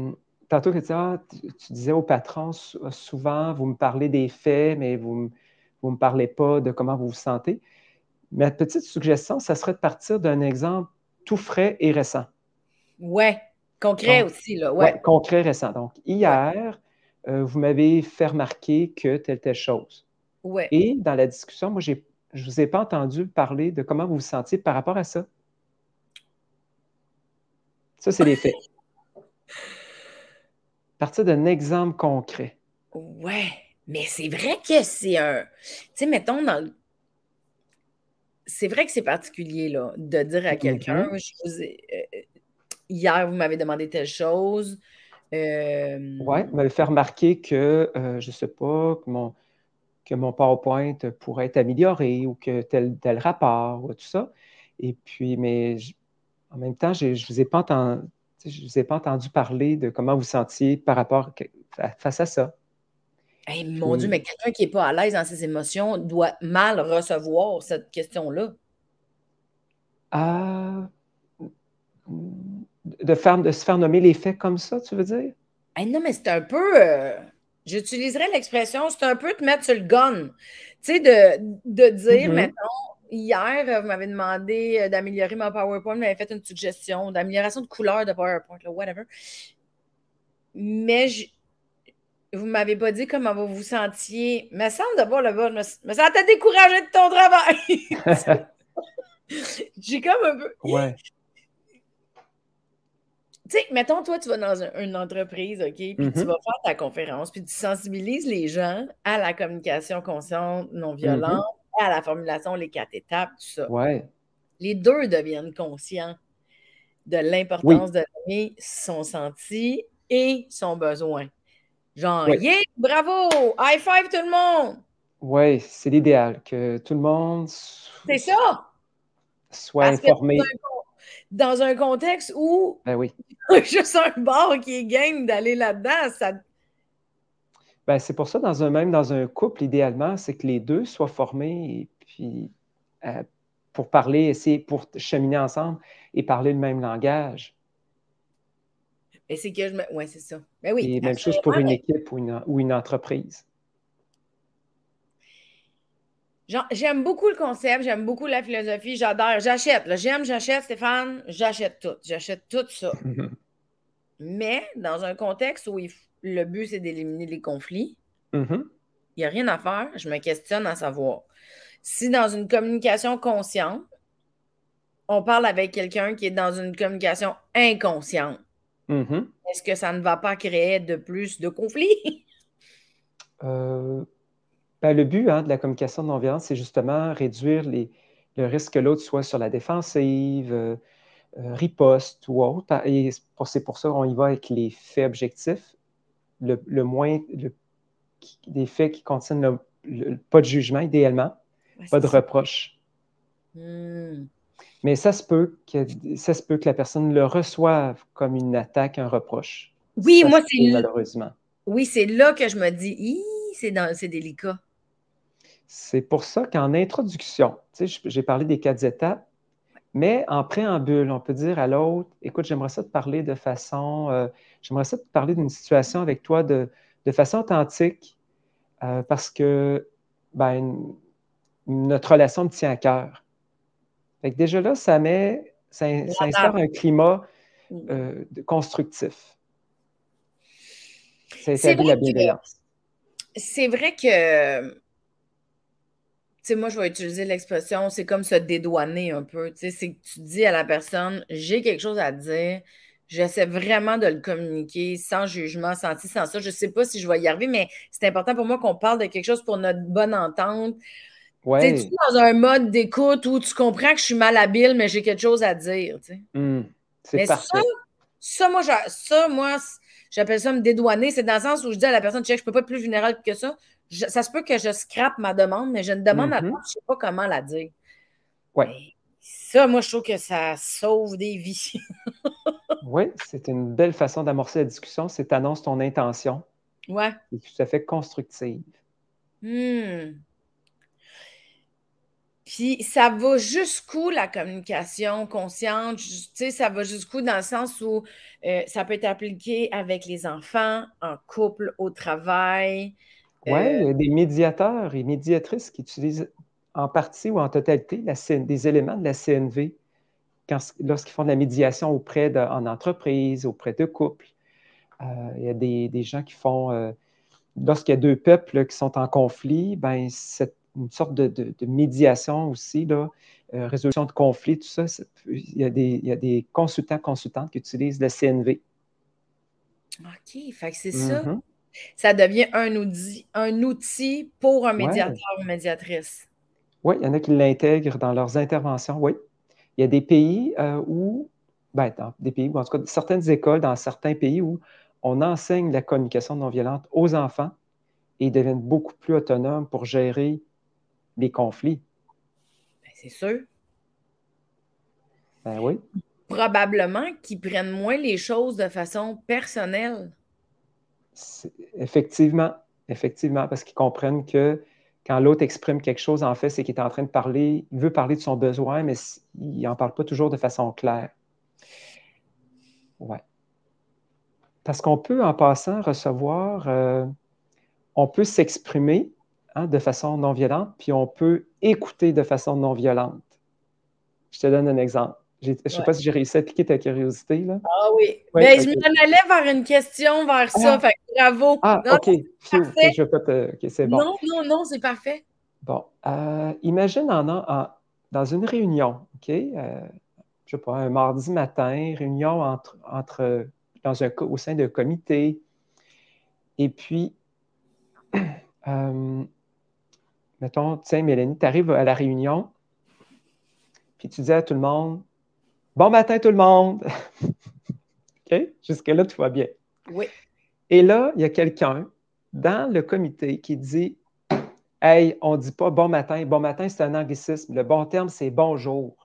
tantôt que tu disais au patron, souvent, vous me parlez des faits, mais vous ne me parlez pas de comment vous vous sentez. Ma petite suggestion, ça serait de partir d'un exemple tout frais et récent. Ouais, concret Donc, aussi, là, oui, ouais. concret, récent. Donc, Ouais, hier, vous m'avez fait remarquer que telle chose. ouais. Et dans la discussion, moi, je ne vous ai pas entendu parler de comment vous vous sentiez par rapport à ça. Ça, c'est les faits. Partir d'un exemple concret. Ouais, mais c'est vrai que c'est un... Tu sais, mettons, c'est vrai que c'est particulier, là, de dire à quelqu'un, Mhm. hier, vous m'avez demandé telle chose. Ouais, Euh, m'avait fait remarquer que, je ne sais pas, que mon PowerPoint pourrait être amélioré ou que tel rapport, ou tout ça. Et puis, mais en même temps, je ne vous ai pas entendu, je vous ai pas entendu parler de comment vous sentiez par rapport face à ça. Hey, mon Dieu, mais Puis, quelqu'un qui n'est pas à l'aise dans ses émotions doit mal recevoir cette question-là. ah, de se faire nommer les faits comme ça, tu veux dire? Hey, non, mais c'est un peu. J'utiliserais l'expression, c'est un peu te mettre sur le gun. Tu sais, de dire, Mhm. mettons, hier, vous m'avez demandé d'améliorer mon PowerPoint, vous m'avez fait une suggestion d'amélioration de couleur de PowerPoint, là, whatever. Mais vous ne m'avez pas dit comment vous vous sentiez. Me semble d'abord le bas, me sentais découragée de ton travail. J'ai comme un peu. Ouais. Tu sais, mettons, toi, tu vas dans une entreprise, OK, puis tu Mhm. vas faire ta conférence, puis tu sensibilises les gens à la communication consciente, non violente, Mhm. à la formulation, les 4 étapes, tout ça. Ouais. Les deux deviennent conscients de Oui. l'importance de donner son senti et son besoin. Genre, Oui. yeah, bravo, high five tout le monde. Oui, c'est l'idéal, que tout le monde C'est ça. soit Parce que informé. dans un contexte où Ben oui. juste un bar qui est game d'aller là-dedans, ça. Ben, c'est pour ça, même dans un couple, idéalement, c'est que les deux soient formés et puis euh, pour parler, essayer, pour cheminer ensemble et parler le même langage. Mais c'est que je me. Oui, c'est ça. Mais oui, Et même chose pour assurément, une mais équipe ou une entreprise. j'aime beaucoup le concept, j'aime beaucoup la philosophie, j'adore, j'achète. Là, j'achète, Stéphane, j'achète tout. J'achète tout ça. Mais dans un contexte où le but, c'est d'éliminer les conflits, Mhm. il n'y a rien à faire. Je me questionne à savoir si dans une communication consciente, on parle avec quelqu'un qui est dans une communication inconsciente, Mhm. est-ce que ça ne va pas créer de plus de conflits? Euh, ben, le but de la communication non-violente, c'est justement réduire le risque que l'autre soit sur la défensive, riposte ou autre. Et c'est pour ça qu'on y va avec les faits objectifs, le moins, des faits qui contiennent pas de jugement, idéalement, Ouais, pas c'est de ça. reproche. Hmm. Mais ça se peut que la personne le reçoive comme une attaque, un reproche. Oui, Ça moi, se peut, malheureusement. oui, c'est là que je me dis, c'est délicat. C'est pour ça qu'en introduction, tu sais, j'ai parlé des 4 étapes, mais en préambule, on peut dire à l'autre, écoute, j'aimerais ça te parler d'une situation avec toi de façon authentique, parce que ben, notre relation me tient à cœur. Fait que déjà là, ça instaure un climat constructif. Ça C'est établit vrai la que, bienveillance. c'est vrai que, tu sais, moi, je vais utiliser l'expression, c'est comme se dédouaner un peu. Tu sais, c'est que tu dis à la personne, j'ai quelque chose à te dire, j'essaie vraiment de le communiquer sans jugement, sans ci, sans ça. Je ne sais pas si je vais y arriver, mais c'est important pour moi qu'on parle de quelque chose pour notre bonne entente. Tu sais, tu es Ouais, dans un mode d'écoute où tu comprends que je suis malhabile, mais j'ai quelque chose à dire, tu sais. hmm, c'est Mais parfait. moi, j'appelle ça me dédouaner. C'est dans le sens où je dis à la personne, check, je peux pas être plus vulnérable que ça. Ça se peut que je scrape ma demande, mais j'ai une demande à faire, Mhm. je sais pas comment la dire. Ouais, Mais ça, moi, je trouve que ça sauve des vies. ouais, c'est une belle façon d'amorcer la discussion. C'est t'annonces ton intention, Ouais. et tout à fait constructive. Hmm. Puis ça va jusqu'où la communication consciente? Tu sais, ça va jusqu'où dans le sens où ça peut être appliqué avec les enfants, en couple, au travail. Oui, il y a des médiateurs et médiatrices qui utilisent en partie ou en totalité des éléments de la CNV lorsqu'ils font de la médiation en entreprise, auprès de couples. Il y a des gens qui font, lorsqu'il y a deux peuples là, qui sont en conflit, ben, c'est une sorte de médiation aussi, là, résolution de conflits, tout ça. Il y a des consultants, consultantes qui utilisent la CNV. OK, fait que c'est ça. Mhm. Ça devient un outil pour un médiateur Ouais. ou médiatrice. Oui, il y en a qui l'intègrent dans leurs interventions, oui. Il y a des pays dans des pays, ou en tout cas, certaines écoles dans certains pays où on enseigne la communication non violente aux enfants et ils deviennent beaucoup plus autonomes pour gérer les conflits. Ben, c'est sûr. Ben oui, Probablement qu'ils prennent moins les choses de façon personnelle. effectivement, effectivement, parce qu'ils comprennent que quand l'autre exprime quelque chose, en fait, c'est qu'il est en train de parler, il veut parler de son besoin, mais il n'en parle pas toujours de façon claire. Ouais. Parce qu'on peut, en passant, on peut s'exprimer de façon non violente, puis on peut écouter de façon non violente. Je te donne un exemple. Je ne sais Ouais. pas si j'ai réussi à piquer ta curiosité, là. Ah oui. Oui, Ben, je OK. m'en allais vers une question vers ça. Ah, Fait que bravo. Non, OK. non, c'est Phew, OK, parfait. je vais pas te... OK, c'est bon. Non, non, non, c'est parfait. Bon, imagine dans une réunion, OK? Je sais pas, un mardi matin, réunion au sein d'un comité. Et puis, euh, mettons, tiens, Mélanie, tu arrives à la réunion, puis tu dis à tout le monde, bon matin tout le monde! OK? Jusque-là, tout va bien. Oui. Et là, il y a quelqu'un dans le comité qui dit, hey, on ne dit pas bon matin. Bon matin, c'est un anglicisme. Le bon terme, c'est bonjour.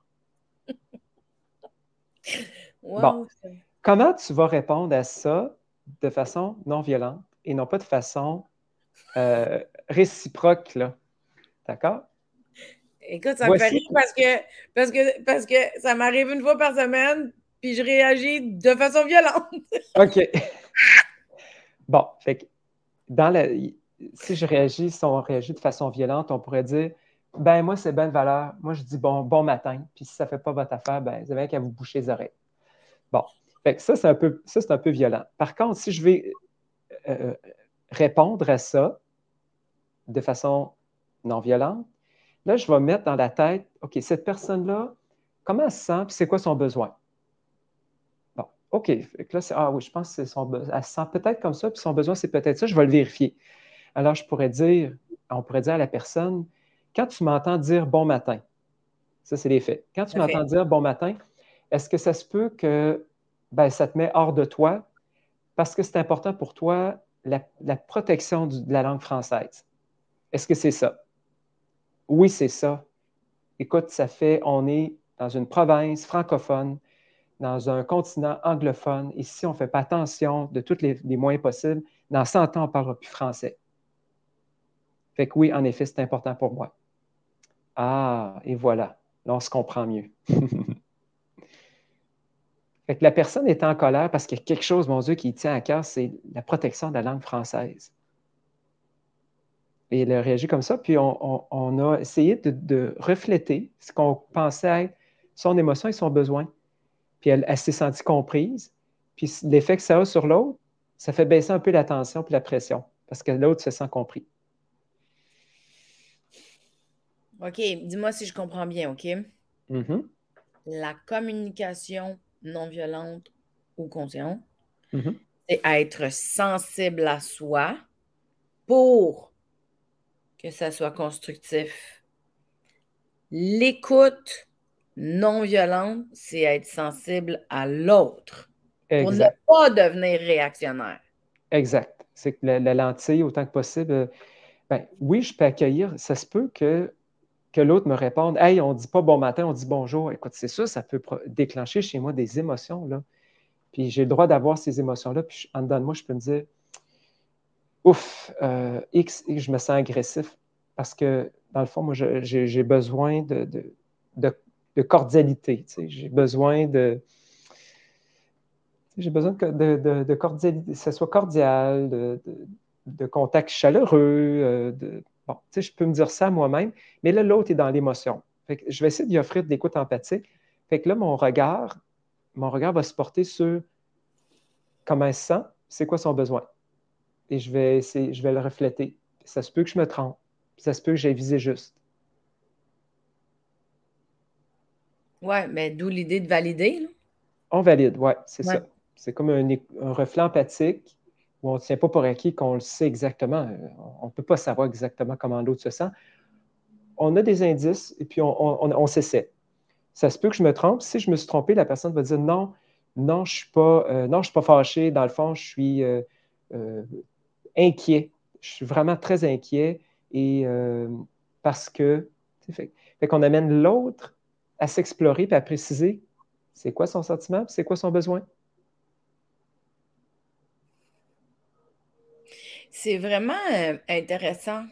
Bon, Wow. comment tu vas répondre à ça de façon non violente et non pas de façon réciproque, là? D'accord? Écoute, ça me fait Voici. rire parce que ça m'arrive une fois par semaine, puis je réagis de façon violente. OK. Bon, fait que dans la, si on réagit de façon violente, on pourrait dire, ben moi, c'est bonne valeur. Moi, je dis bon matin. Puis si ça ne fait pas votre affaire, ben, vous avez qu'à vous boucher les oreilles. Bon, fait que ça, c'est un peu violent. Par contre, si je vais euh, répondre à ça de façon non violente, là, je vais mettre dans la tête, OK, cette personne-là, comment elle se sent, puis c'est quoi son besoin? Bon, OK. Fait que là, ah oui, je pense que c'est elle se sent peut-être comme ça, puis son besoin, c'est peut-être ça, je vais le vérifier. Alors, on pourrait dire à la personne, quand tu m'entends dire bon matin, ça, c'est les faits. Quand tu Ça m'entends fait. dire bon matin, est-ce que ça se peut que ben, ça te met hors de toi parce que c'est important pour toi la protection de la langue française? Est-ce que c'est ça? Oui, c'est ça. Écoute, on est dans une province francophone, dans un continent anglophone, et si on ne fait pas attention de tous les moyens possibles, dans 100 ans, on ne parlera plus français. Fait que oui, en effet, c'est important pour moi. Ah, et voilà. Là, on se comprend mieux. Fait que la personne est en colère parce qu'il y a quelque chose, mon Dieu, qui tient à cœur, c'est la protection de la langue française. Et elle a réagi comme ça, puis on a essayé de refléter ce qu'on pensait être son émotion et son besoin. Puis elle s'est sentie comprise. Puis l'effet que ça a sur l'autre, ça fait baisser un peu la tension puis la pression, parce que l'autre se sent compris. OK, dis-moi si je comprends bien, OK? Mhm, La communication non violente ou consciente, mhm. c'est être sensible à soi pour que ça soit constructif. L'écoute non violente, c'est être sensible à l'autre pour ne Exact, pas devenir réactionnaire. exact. C'est que la lentille, autant que possible, ben, oui, je peux accueillir. Ça se peut que l'autre me réponde, hey, on ne dit pas bon matin, on dit bonjour. Écoute, c'est ça, ça peut déclencher chez moi des émotions, là. Puis j'ai le droit d'avoir ces émotions-là, puis en dedans de moi, je peux me dire, ouf, je me sens agressif parce que, dans le fond, moi, j'ai besoin de, de cordialité. Tu sais. J'ai besoin de cordialité, que ce soit cordial, de contact chaleureux. Bon, tu sais, je peux me dire ça moi-même, mais là, l'autre est dans l'émotion. Fait que je vais essayer d'y offrir de l'écoute empathique. Fait que là, mon regard va se porter sur comment elle se sent, c'est quoi son besoin. Et je vais le refléter. Ça se peut que je me trompe. Ça se peut que j'ai visé juste. Ouais, mais d'où l'idée de valider, là. On valide, ouais, c'est Ouais. ça. C'est comme un reflet empathique où on ne tient pas pour acquis qu'on le sait exactement. On ne peut pas savoir exactement comment l'autre se sent. On a des indices et puis on s'essaie. Ça se peut que je me trompe. Si je me suis trompé, la personne va dire non, non, non, je suis pas fâché. Dans le fond, je suis euh, inquiet. Je suis vraiment très inquiet et parce que fait qu'on amène l'autre à s'explorer et à préciser c'est quoi son sentiment, c'est quoi son besoin. C'est vraiment intéressant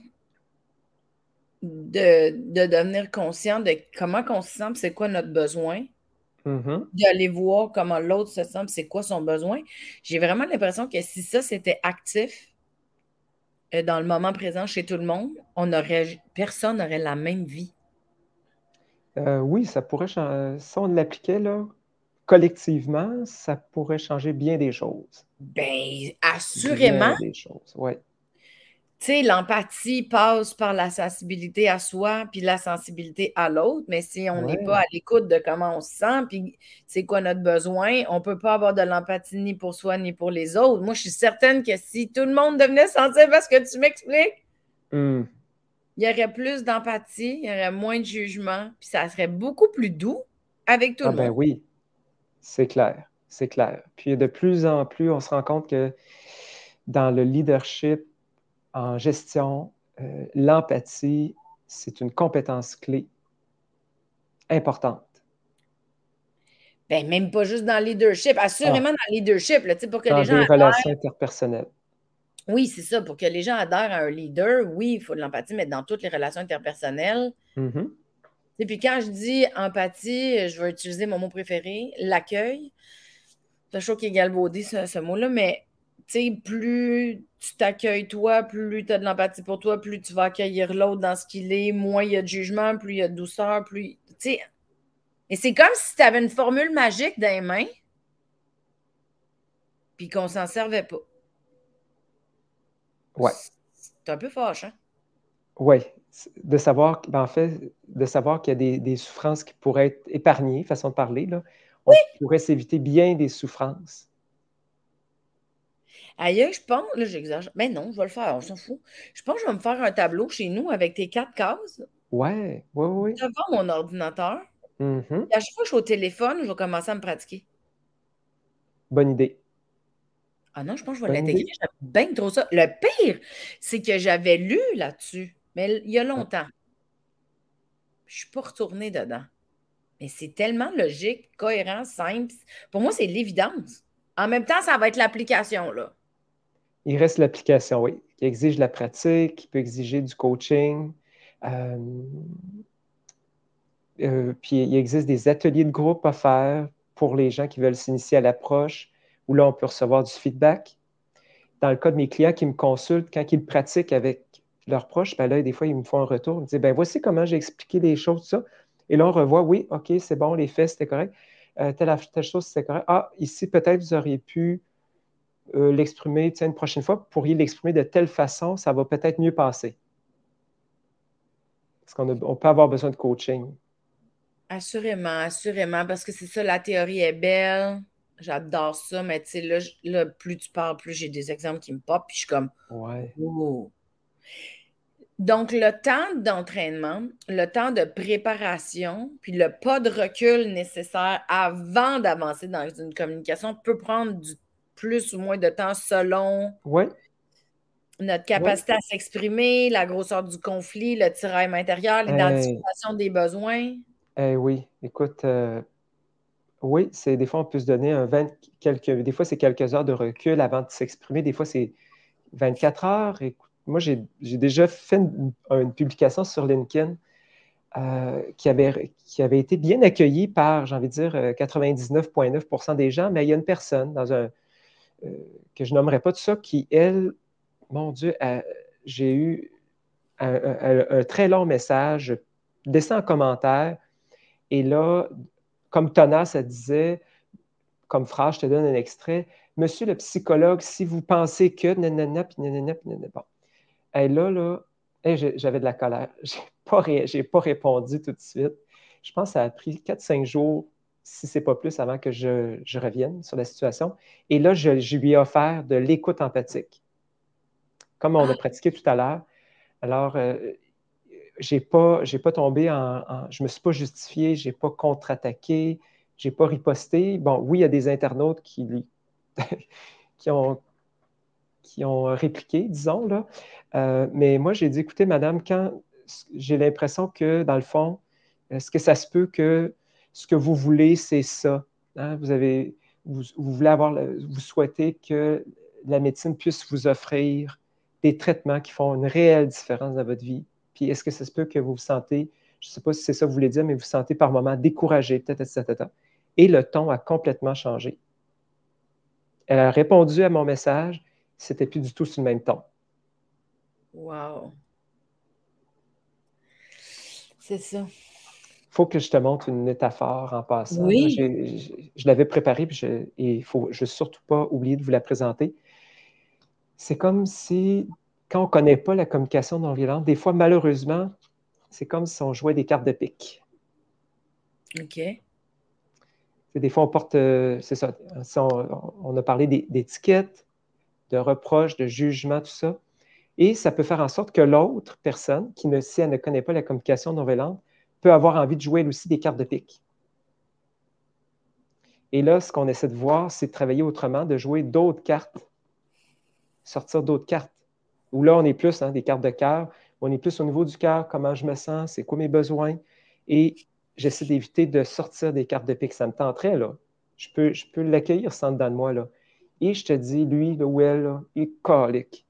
de devenir conscient de comment on se sent, puis c'est quoi notre besoin, Mhm. d'aller voir comment l'autre se sent, puis c'est quoi son besoin. J'ai vraiment l'impression que si ça, c'était actif dans le moment présent chez tout le monde, personne n'aurait la même vie. Oui, ça pourrait changer. Si on l'appliquait là, collectivement, ça pourrait changer bien des choses. Ben, assurément. Bien des choses, oui. Tu sais, l'empathie passe par la sensibilité à soi puis la sensibilité à l'autre, mais si on n'est pas à Ouais. l'écoute de comment on se sent puis c'est quoi notre besoin, on ne peut pas avoir de l'empathie ni pour soi ni pour les autres. Moi, je suis certaine que si tout le monde devenait sensible à ce que tu m'expliques, Hmm. il y aurait plus d'empathie, il y aurait moins de jugement, puis ça serait beaucoup plus doux avec tout Ah le ben monde. oui, c'est clair, c'est clair. Puis de plus en plus, on se rend compte que dans le leadership, en gestion, l'empathie, c'est une compétence clé importante. Ben, même pas juste dans le leadership, Ah, assurément dans le leadership, là, tu sais, pour que dans les gens. des relations interpersonnelles. Oui, c'est ça. Pour que les gens adhèrent à un leader, oui, il faut de l'empathie, mais dans toutes les relations interpersonnelles. Mhm. Et puis quand je dis empathie, je vais utiliser mon mot préféré, l'accueil. C'est chaud qui est galvaudé, ce mot-là, mais tu sais, plus tu t'accueilles toi, plus tu as de l'empathie pour toi, plus tu vas accueillir l'autre dans ce qu'il est, moins il y a de jugement, plus il y a de douceur, plus. Tu sais, et c'est comme si tu avais une formule magique dans les mains, puis qu'on s'en servait pas. Ouais, C'est un peu fâchant. ouais. De savoir, ben, en fait, de savoir qu'il y a des souffrances qui pourraient être épargnées, façon de parler, là. On pourrait s'éviter bien des souffrances. Ailleurs, je pense, là, j'exagère. Mais non, je vais le faire, on s'en fout. Je pense que je vais me faire un tableau chez nous avec tes 4 cases Ouais, oui, oui. devant mon ordinateur. Mhm. Et à chaque fois que je suis au téléphone, je vais commencer à me pratiquer. Bonne idée. Ah non, je pense que je vais Bonne l'intégrer. idée. J'aime bien trop ça. Le pire, c'est que j'avais lu là-dessus, mais il y a Ouais. longtemps. Je ne suis pas retournée dedans. Mais c'est tellement logique, cohérent, simple. Pour moi, c'est l'évidence. En même temps, ça va être l'application, là. Il reste l'application, oui, qui exige la pratique, qui peut exiger du coaching. Euh, puis il existe des ateliers de groupe à faire pour les gens qui veulent s'initier à l'approche, où là, on peut recevoir du feedback. Dans le cas de mes clients qui me consultent, quand ils pratiquent avec leurs proches, ben là, des fois, ils me font un retour. Ils me disent, ben voici comment j'ai expliqué les choses, tout ça. Et là, on revoit, oui, OK, c'est bon, les faits, c'était correct. Telle chose, c'était correct. Ah, ici, peut-être, vous auriez pu l'exprimer, tiens, une prochaine fois, vous pourriez l'exprimer de telle façon, ça va peut-être mieux passer. Parce on peut avoir besoin de coaching. Assurément, assurément, parce que c'est ça, la théorie est belle. J'adore ça, mais tu sais, là, plus tu parles, plus j'ai des exemples qui me popent, puis je suis comme, Ouais. oh. Donc, le temps d'entraînement, le temps de préparation, puis le pas de recul nécessaire avant d'avancer dans une communication peut prendre du plus ou moins de temps selon Oui, notre oui. capacité à s'exprimer, la grosseur du conflit, le tiraillement intérieur, Eh, l'identification des besoins. oui, écoute, oui, c'est des fois, on peut se donner des fois, c'est quelques heures de recul avant de s'exprimer. Des fois, c'est 24 heures. Écoute, moi, j'ai déjà fait une publication sur LinkedIn qui avait été bien accueillie par, j'ai envie de dire, 99,9% des gens, mais il y a une personne euh, que je nommerai pas tout ça, qui, elle, mon Dieu, j'ai eu un très long message. Je descends en commentaire et là, comme Thomas, ça disait, comme phrase, je te donne un extrait. Monsieur le psychologue, si vous pensez que nanana, puis nanana, puis nanana. Bon. Et là, j'avais de la colère. J'ai pas répondu tout de suite. Je pense que ça a pris 4-5 jours, si c'est pas plus, avant que je revienne sur la situation. Et là, je lui ai offert de l'écoute empathique, comme on Ah, a pratiqué tout à l'heure. Alors, j'ai pas tombé je me suis pas justifié, j'ai pas contre-attaqué, j'ai pas riposté. Bon, oui, il y a des internautes qui ont, qui ont répliqué, disons, là. Mais moi, j'ai dit, écoutez, madame, quand j'ai l'impression que, dans le fond, est-ce que ça se peut que ce que vous voulez, c'est ça? Hein? Vous voulez vous souhaitez que la médecine puisse vous offrir des traitements qui font une réelle différence dans votre vie. Puis est-ce que ça se peut que vous vous sentez, je ne sais pas si c'est ça que vous voulez dire, mais vous vous sentez par moments découragé, peut-être, etc. Et le ton a complètement changé. Elle a répondu à mon message, c'était plus du tout sur le même ton. wow. C'est ça. Faut que je te montre une métaphore en passant. Là. Oui. Je l'avais préparée, et il faut je surtout pas oublier de vous la présenter. C'est comme si, quand on ne connaît pas la communication non violente, des fois, malheureusement, c'est comme si on jouait des cartes de pique. OK. Des fois, on porte, c'est ça, si on a parlé d'étiquettes, de reproches, de jugements, tout ça. Et ça peut faire en sorte que l'autre personne, si elle ne connaît pas la communication non violente, peut avoir envie de jouer elle aussi des cartes de pique. Et là, ce qu'on essaie de voir, c'est de travailler autrement, de jouer d'autres cartes, sortir d'autres cartes. Où là, on est plus des cartes de cœur, on est plus au niveau du cœur, comment je me sens, c'est quoi mes besoins. Et j'essaie d'éviter de sortir des cartes de pique. Ça me tenterait, là. Je peux l'accueillir sans dedans de moi, là. Et je te dis, lui, là, ou elle, là, il est colique.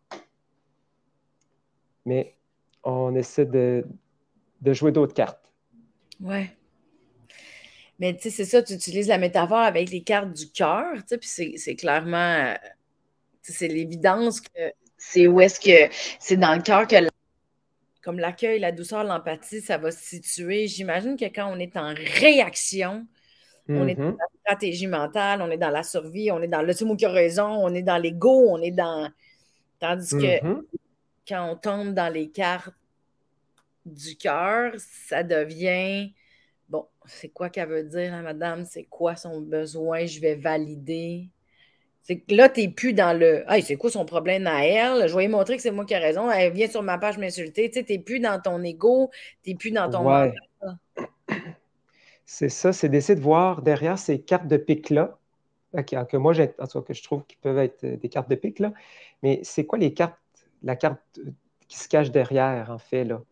Mais on essaie de jouer d'autres cartes. Ouais. Mais tu sais, c'est ça, tu utilises la métaphore avec les cartes du cœur, tu sais, puis c'est clairement, c'est l'évidence que c'est où est-ce que c'est dans le cœur que, comme l'accueil, la douceur, l'empathie, ça va se situer. J'imagine que quand on est en réaction, on est dans Mm-hmm. la stratégie mentale, on est dans la survie, on est dans le mot qui a raison, on est dans l'ego, on est dans. Tandis que Mm-hmm. quand on tombe dans les cartes du cœur, ça devient bon, c'est quoi qu'elle veut dire, la madame? C'est quoi son besoin? Je vais valider. C'est que là, tu n'es plus dans le hey, c'est quoi son problème à elle? Je vais lui montrer que c'est moi qui ai raison. Elle vient sur ma page m'insulter. Tu sais, tu n'es plus dans ton ego, tu n'es plus dans ton mental. Ouais, c'est ça, c'est d'essayer de voir derrière ces cartes de pique-là, que moi, en tout cas, que je trouve qui peuvent être des cartes de pique, là, mais c'est quoi la carte qui se cache derrière, en fait, là?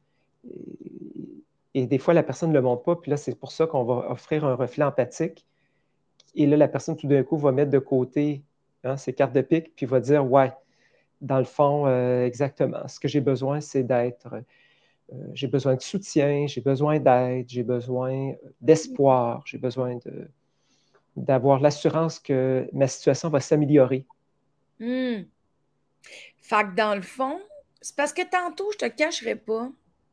Et des fois, la personne ne le montre pas, puis là, c'est pour ça qu'on va offrir un reflet empathique. Et là, la personne, tout d'un coup, va mettre de côté ses cartes de pique, puis va dire, ouais, dans le fond, exactement, ce que j'ai besoin, c'est j'ai besoin de soutien, j'ai besoin d'aide, j'ai besoin d'espoir, j'ai besoin d'avoir l'assurance que ma situation va s'améliorer. Hmm. Fait que dans le fond, c'est parce que tantôt, je te cacherai pas,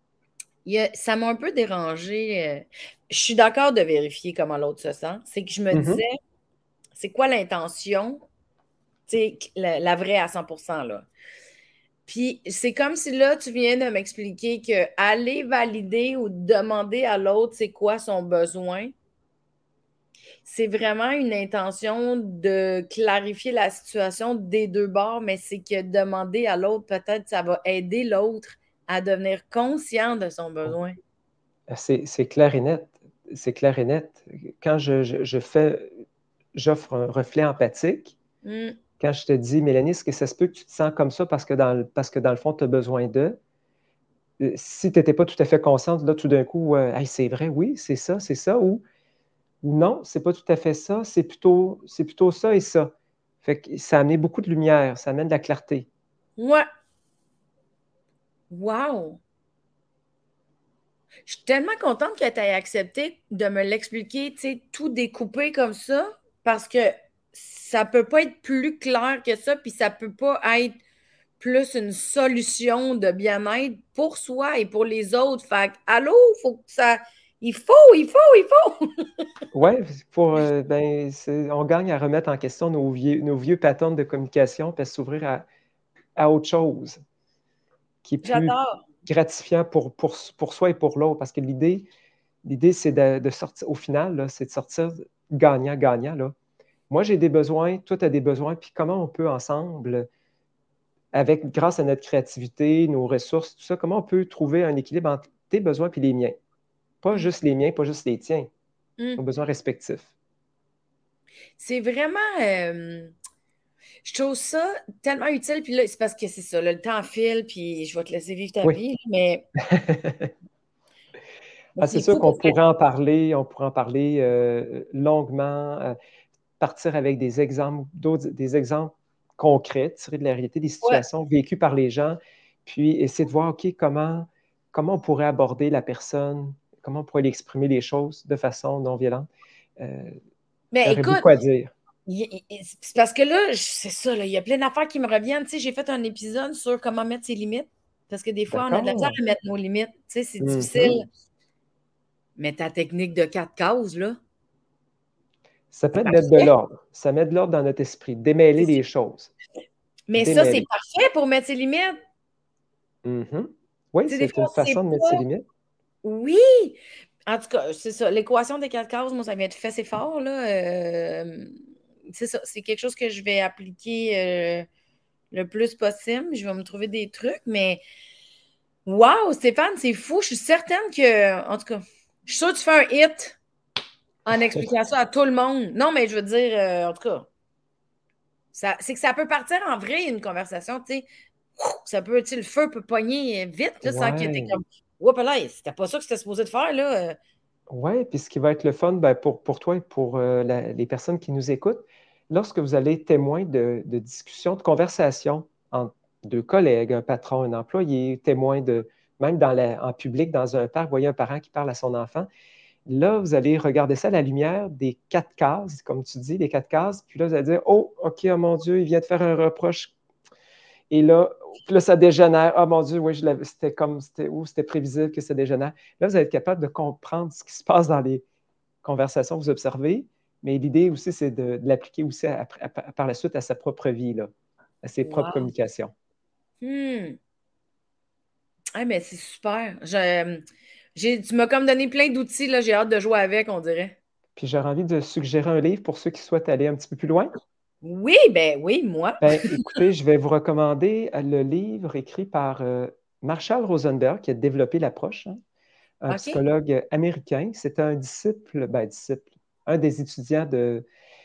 ça m'a un peu dérangé. Je suis d'accord de vérifier comment l'autre se sent. C'est que je me disais, Mhm. c'est quoi l'intention? Tu sais, la vraie à 100%, là. Puis c'est comme si là, tu viens de m'expliquer que aller valider ou demander à l'autre c'est quoi son besoin, c'est vraiment une intention de clarifier la situation des deux bords, mais c'est que demander à l'autre, peut-être ça va aider l'autre à devenir conscient de son besoin. C'est clair et net. C'est clair et net. Quand j'offre un reflet empathique, Mm. quand je te dis, Mélanie, est-ce que ça se peut que tu te sens comme ça parce que dans le fond, tu as besoin d'eux? Si tu n'étais pas tout à fait consciente, là, tout d'un coup, hey, c'est vrai, oui, c'est ça, ou non, c'est pas tout à fait ça, c'est plutôt ça et ça. Fait que ça a amené beaucoup de lumière, ça amène de la clarté. Ouais. Wow! Je suis tellement contente que tu aies accepté de me l'expliquer, tu sais, tout découpé comme ça, parce que ça peut pas être plus clair que ça, puis ça peut pas être plus une solution de bien-être pour soi et pour les autres. Fait que, allô, faut que ça. Il faut. Oui, on gagne à remettre en question nos vieux patterns de communication et à s'ouvrir à autre chose qui est plus J'adore. gratifiant pour soi et pour l'autre. Parce que l'idée c'est de sortir, au final, là, c'est de sortir gagnant-gagnant, là. Moi, j'ai des besoins, toi, tu as des besoins, puis comment on peut ensemble, grâce à notre créativité, nos ressources, tout ça, comment on peut trouver un équilibre entre tes besoins et les miens? Pas Mm. juste les miens, pas juste les tiens, nos Mm. besoins respectifs. C'est vraiment. Je trouve ça tellement utile. Puis là, c'est parce que c'est ça, là, le temps file, puis je vais te laisser vivre ta Oui. vie. Mais Ah, c'est c'est sûr fou qu'on parce que. pourrait en parler longuement, partir avec des exemples, des exemples concrets, tirés de la réalité, des Ouais. situations vécues par les gens, puis essayer de voir, OK, comment on pourrait aborder la personne, comment on pourrait exprimer les choses de façon non violente. Euh, il Mais y aurait écoute, beaucoup à dire. c'est parce que là, c'est ça, là, il y a plein d'affaires qui me reviennent. Tu sais, j'ai fait un épisode sur comment mettre ses limites. Parce que des fois, on a de la misère D'accord. à mettre nos limites. Tu sais, c'est Mhm. difficile. Mais ta technique de 4 cases, là, Ça c'est peut mettre de parfait. l'ordre. Ça met de l'ordre dans notre esprit, démêler les choses. Mais ça, c'est Démêler. parfait pour mettre ses limites. Mhm. Oui, Tu sais, des c'est fois, une on ne sait façon de mettre ses pas. limites. Oui! En tout cas, c'est ça. L'équation des 4 cases, moi, ça vient de fait, c'est fort, là. C'est ça. C'est quelque chose que je vais appliquer le plus possible. Je vais me trouver des trucs, mais wow, Stéphane, c'est fou. Je suis certaine que, en tout cas, je suis sûre que tu fais un hit en expliquant ça à tout le monde. Non, mais je veux dire, en tout cas, c'est que ça peut partir en vrai, une conversation, tu sais. Ça peut, tu sais, le feu peut pogner vite, là, sans que t'aies Ouais. comme, oups là, c'était pas ça que c'était supposé de faire, là. Oui, puis ce qui va être le fun pour toi et pour les personnes qui nous écoutent, lorsque vous allez être témoin de discussions, de conversations entre deux collègues, un patron, un employé, témoin même en public, dans un parc, vous voyez un parent qui parle à son enfant, là, vous allez regarder ça à la lumière des 4 cases, comme tu dis, les 4 cases, puis là, vous allez dire, oh, OK, oh mon Dieu, il vient de faire un reproche. Et là, puis là, ça dégénère. Ah mon Dieu, oui, c'était prévisible que ça dégénère. Là, vous allez être capable de comprendre ce qui se passe dans les conversations que vous observez, mais l'idée aussi, c'est de l'appliquer aussi par la suite à sa propre vie, là, à ses propres Wow. communications. Hmm. Ah, mais c'est super. Tu m'as comme donné plein d'outils, là. J'ai hâte de jouer avec, on dirait. Puis j'aurais envie de suggérer un livre pour ceux qui souhaitent aller un petit peu plus loin. Oui, moi. Ben, écoutez, je vais vous recommander le livre écrit par Marshall Rosenberg, qui a développé l'approche, hein, un OK. psychologue américain. C'est un un des étudiants de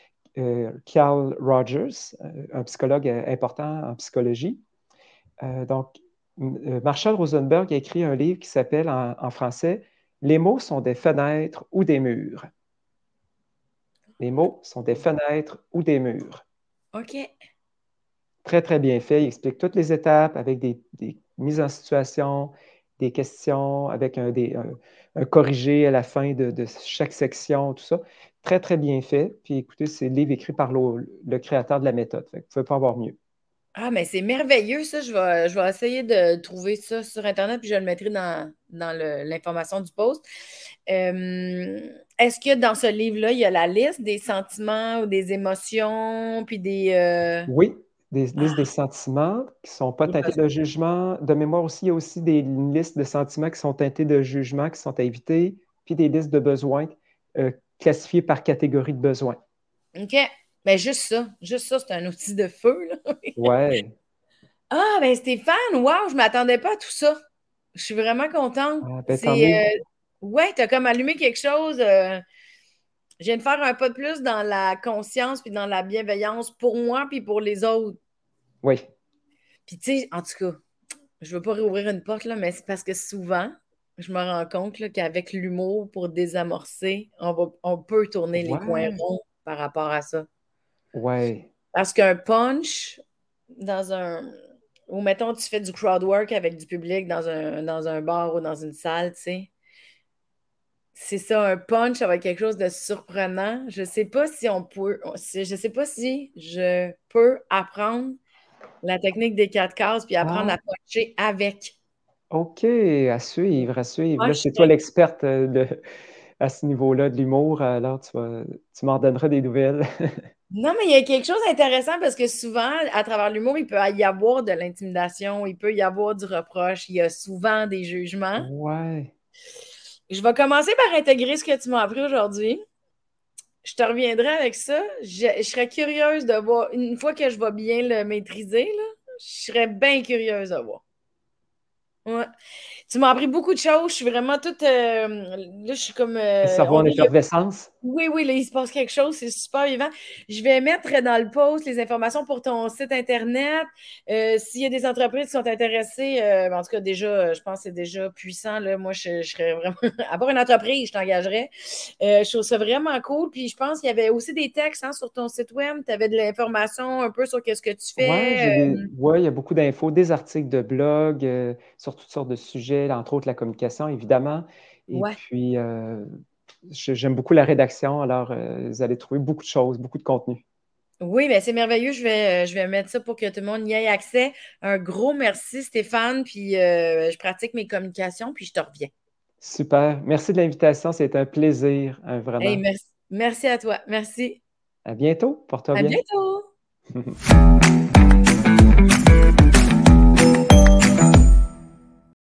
Carl Rogers, un psychologue important en psychologie. Donc, Marshall Rosenberg a écrit un livre qui s'appelle en français Les mots sont des fenêtres ou des murs. Les mots sont des fenêtres ou des murs. OK. Très, très bien fait. Il explique toutes les étapes avec des mises en situation, des questions, avec un corrigé à la fin de chaque section, tout ça. Très, très bien fait. Puis écoutez, c'est le livre écrit par le créateur de la méthode. Fait que vous ne pouvez pas avoir mieux. Ah, mais c'est merveilleux, ça. Je vais essayer de trouver ça sur Internet, puis je le mettrai dans l'information du post. Est-ce que dans ce livre-là, il y a la liste des sentiments ou des émotions, puis Oui, des Ah, listes des sentiments qui ne sont pas j'ai teintés besoin. de jugement. De mémoire aussi, il y a aussi des listes de sentiments qui sont teintés de jugement, qui sont à éviter, puis des listes de besoins classifiées par catégorie de besoins. OK. Ben, juste ça, c'est un outil de feu, là. Ouais. Ah, ben Stéphane, wow, je m'attendais pas à tout ça. Je suis vraiment contente. Ah, ben, tant mieux. Ouais, t'as comme allumé quelque chose. Je viens de faire un pas de plus dans la conscience puis dans la bienveillance pour moi puis pour les autres. Oui. Puis tu sais, en tout cas, je veux pas réouvrir une porte, là, mais c'est parce que souvent, je me rends compte là, qu'avec l'humour, pour désamorcer, on peut tourner les coins Ouais. ronds par rapport à ça. Ouais. Parce qu'un punch dans un. Ou mettons, tu fais du crowd work avec du public dans un bar ou dans une salle, tu sais. C'est ça, un punch, ça va être quelque chose de surprenant. Je sais pas si on peut. Je sais pas si je peux apprendre La technique des 4 cases, puis apprendre Ah, à puncher avec. OK, à suivre, à suivre. Moi, Là, je c'est toi serais l'experte à ce niveau-là de l'humour, alors tu m'en donneras des nouvelles. Non, mais il y a quelque chose d'intéressant parce que souvent, à travers l'humour, il peut y avoir de l'intimidation, il peut y avoir du reproche, il y a souvent des jugements. Ouais. Je vais commencer par intégrer ce que tu m'as appris aujourd'hui. Je te reviendrai avec ça. Je serais curieuse de voir, une fois que je vais bien le maîtriser, là, je serais bien curieuse de voir. Ouais. Tu m'as appris beaucoup de choses. Je suis vraiment toute. Là, je suis comme. Le cerveau On en dirait effervescence. oui, oui, là, il se passe quelque chose, c'est super vivant. Je vais mettre dans le post les informations pour ton site Internet. S'il y a des entreprises qui sont intéressées, en tout cas, déjà, je pense que c'est déjà puissant. Là. Moi, je serais vraiment. Avoir une entreprise, je t'engagerais. Je trouve ça vraiment cool. Puis je pense qu'il y avait aussi des textes hein, sur ton site web. Tu avais de l'information un peu sur ce que tu Ouais, fais. ouais, il y a beaucoup d'infos, des articles de blog sur toutes sortes de sujets, entre autres la communication, évidemment. Et Ouais. puis, j'aime beaucoup la rédaction, alors vous allez trouver beaucoup de choses, beaucoup de contenu. Oui, mais c'est merveilleux. Je vais mettre ça pour que tout le monde y ait accès. Un gros merci, Stéphane. Puis je pratique mes communications, puis je te reviens. Super. Merci de l'invitation. C'est un plaisir, hein, Hey, vraiment. merci. Merci à toi. Merci. À bientôt. Porte-toi À bien. bientôt.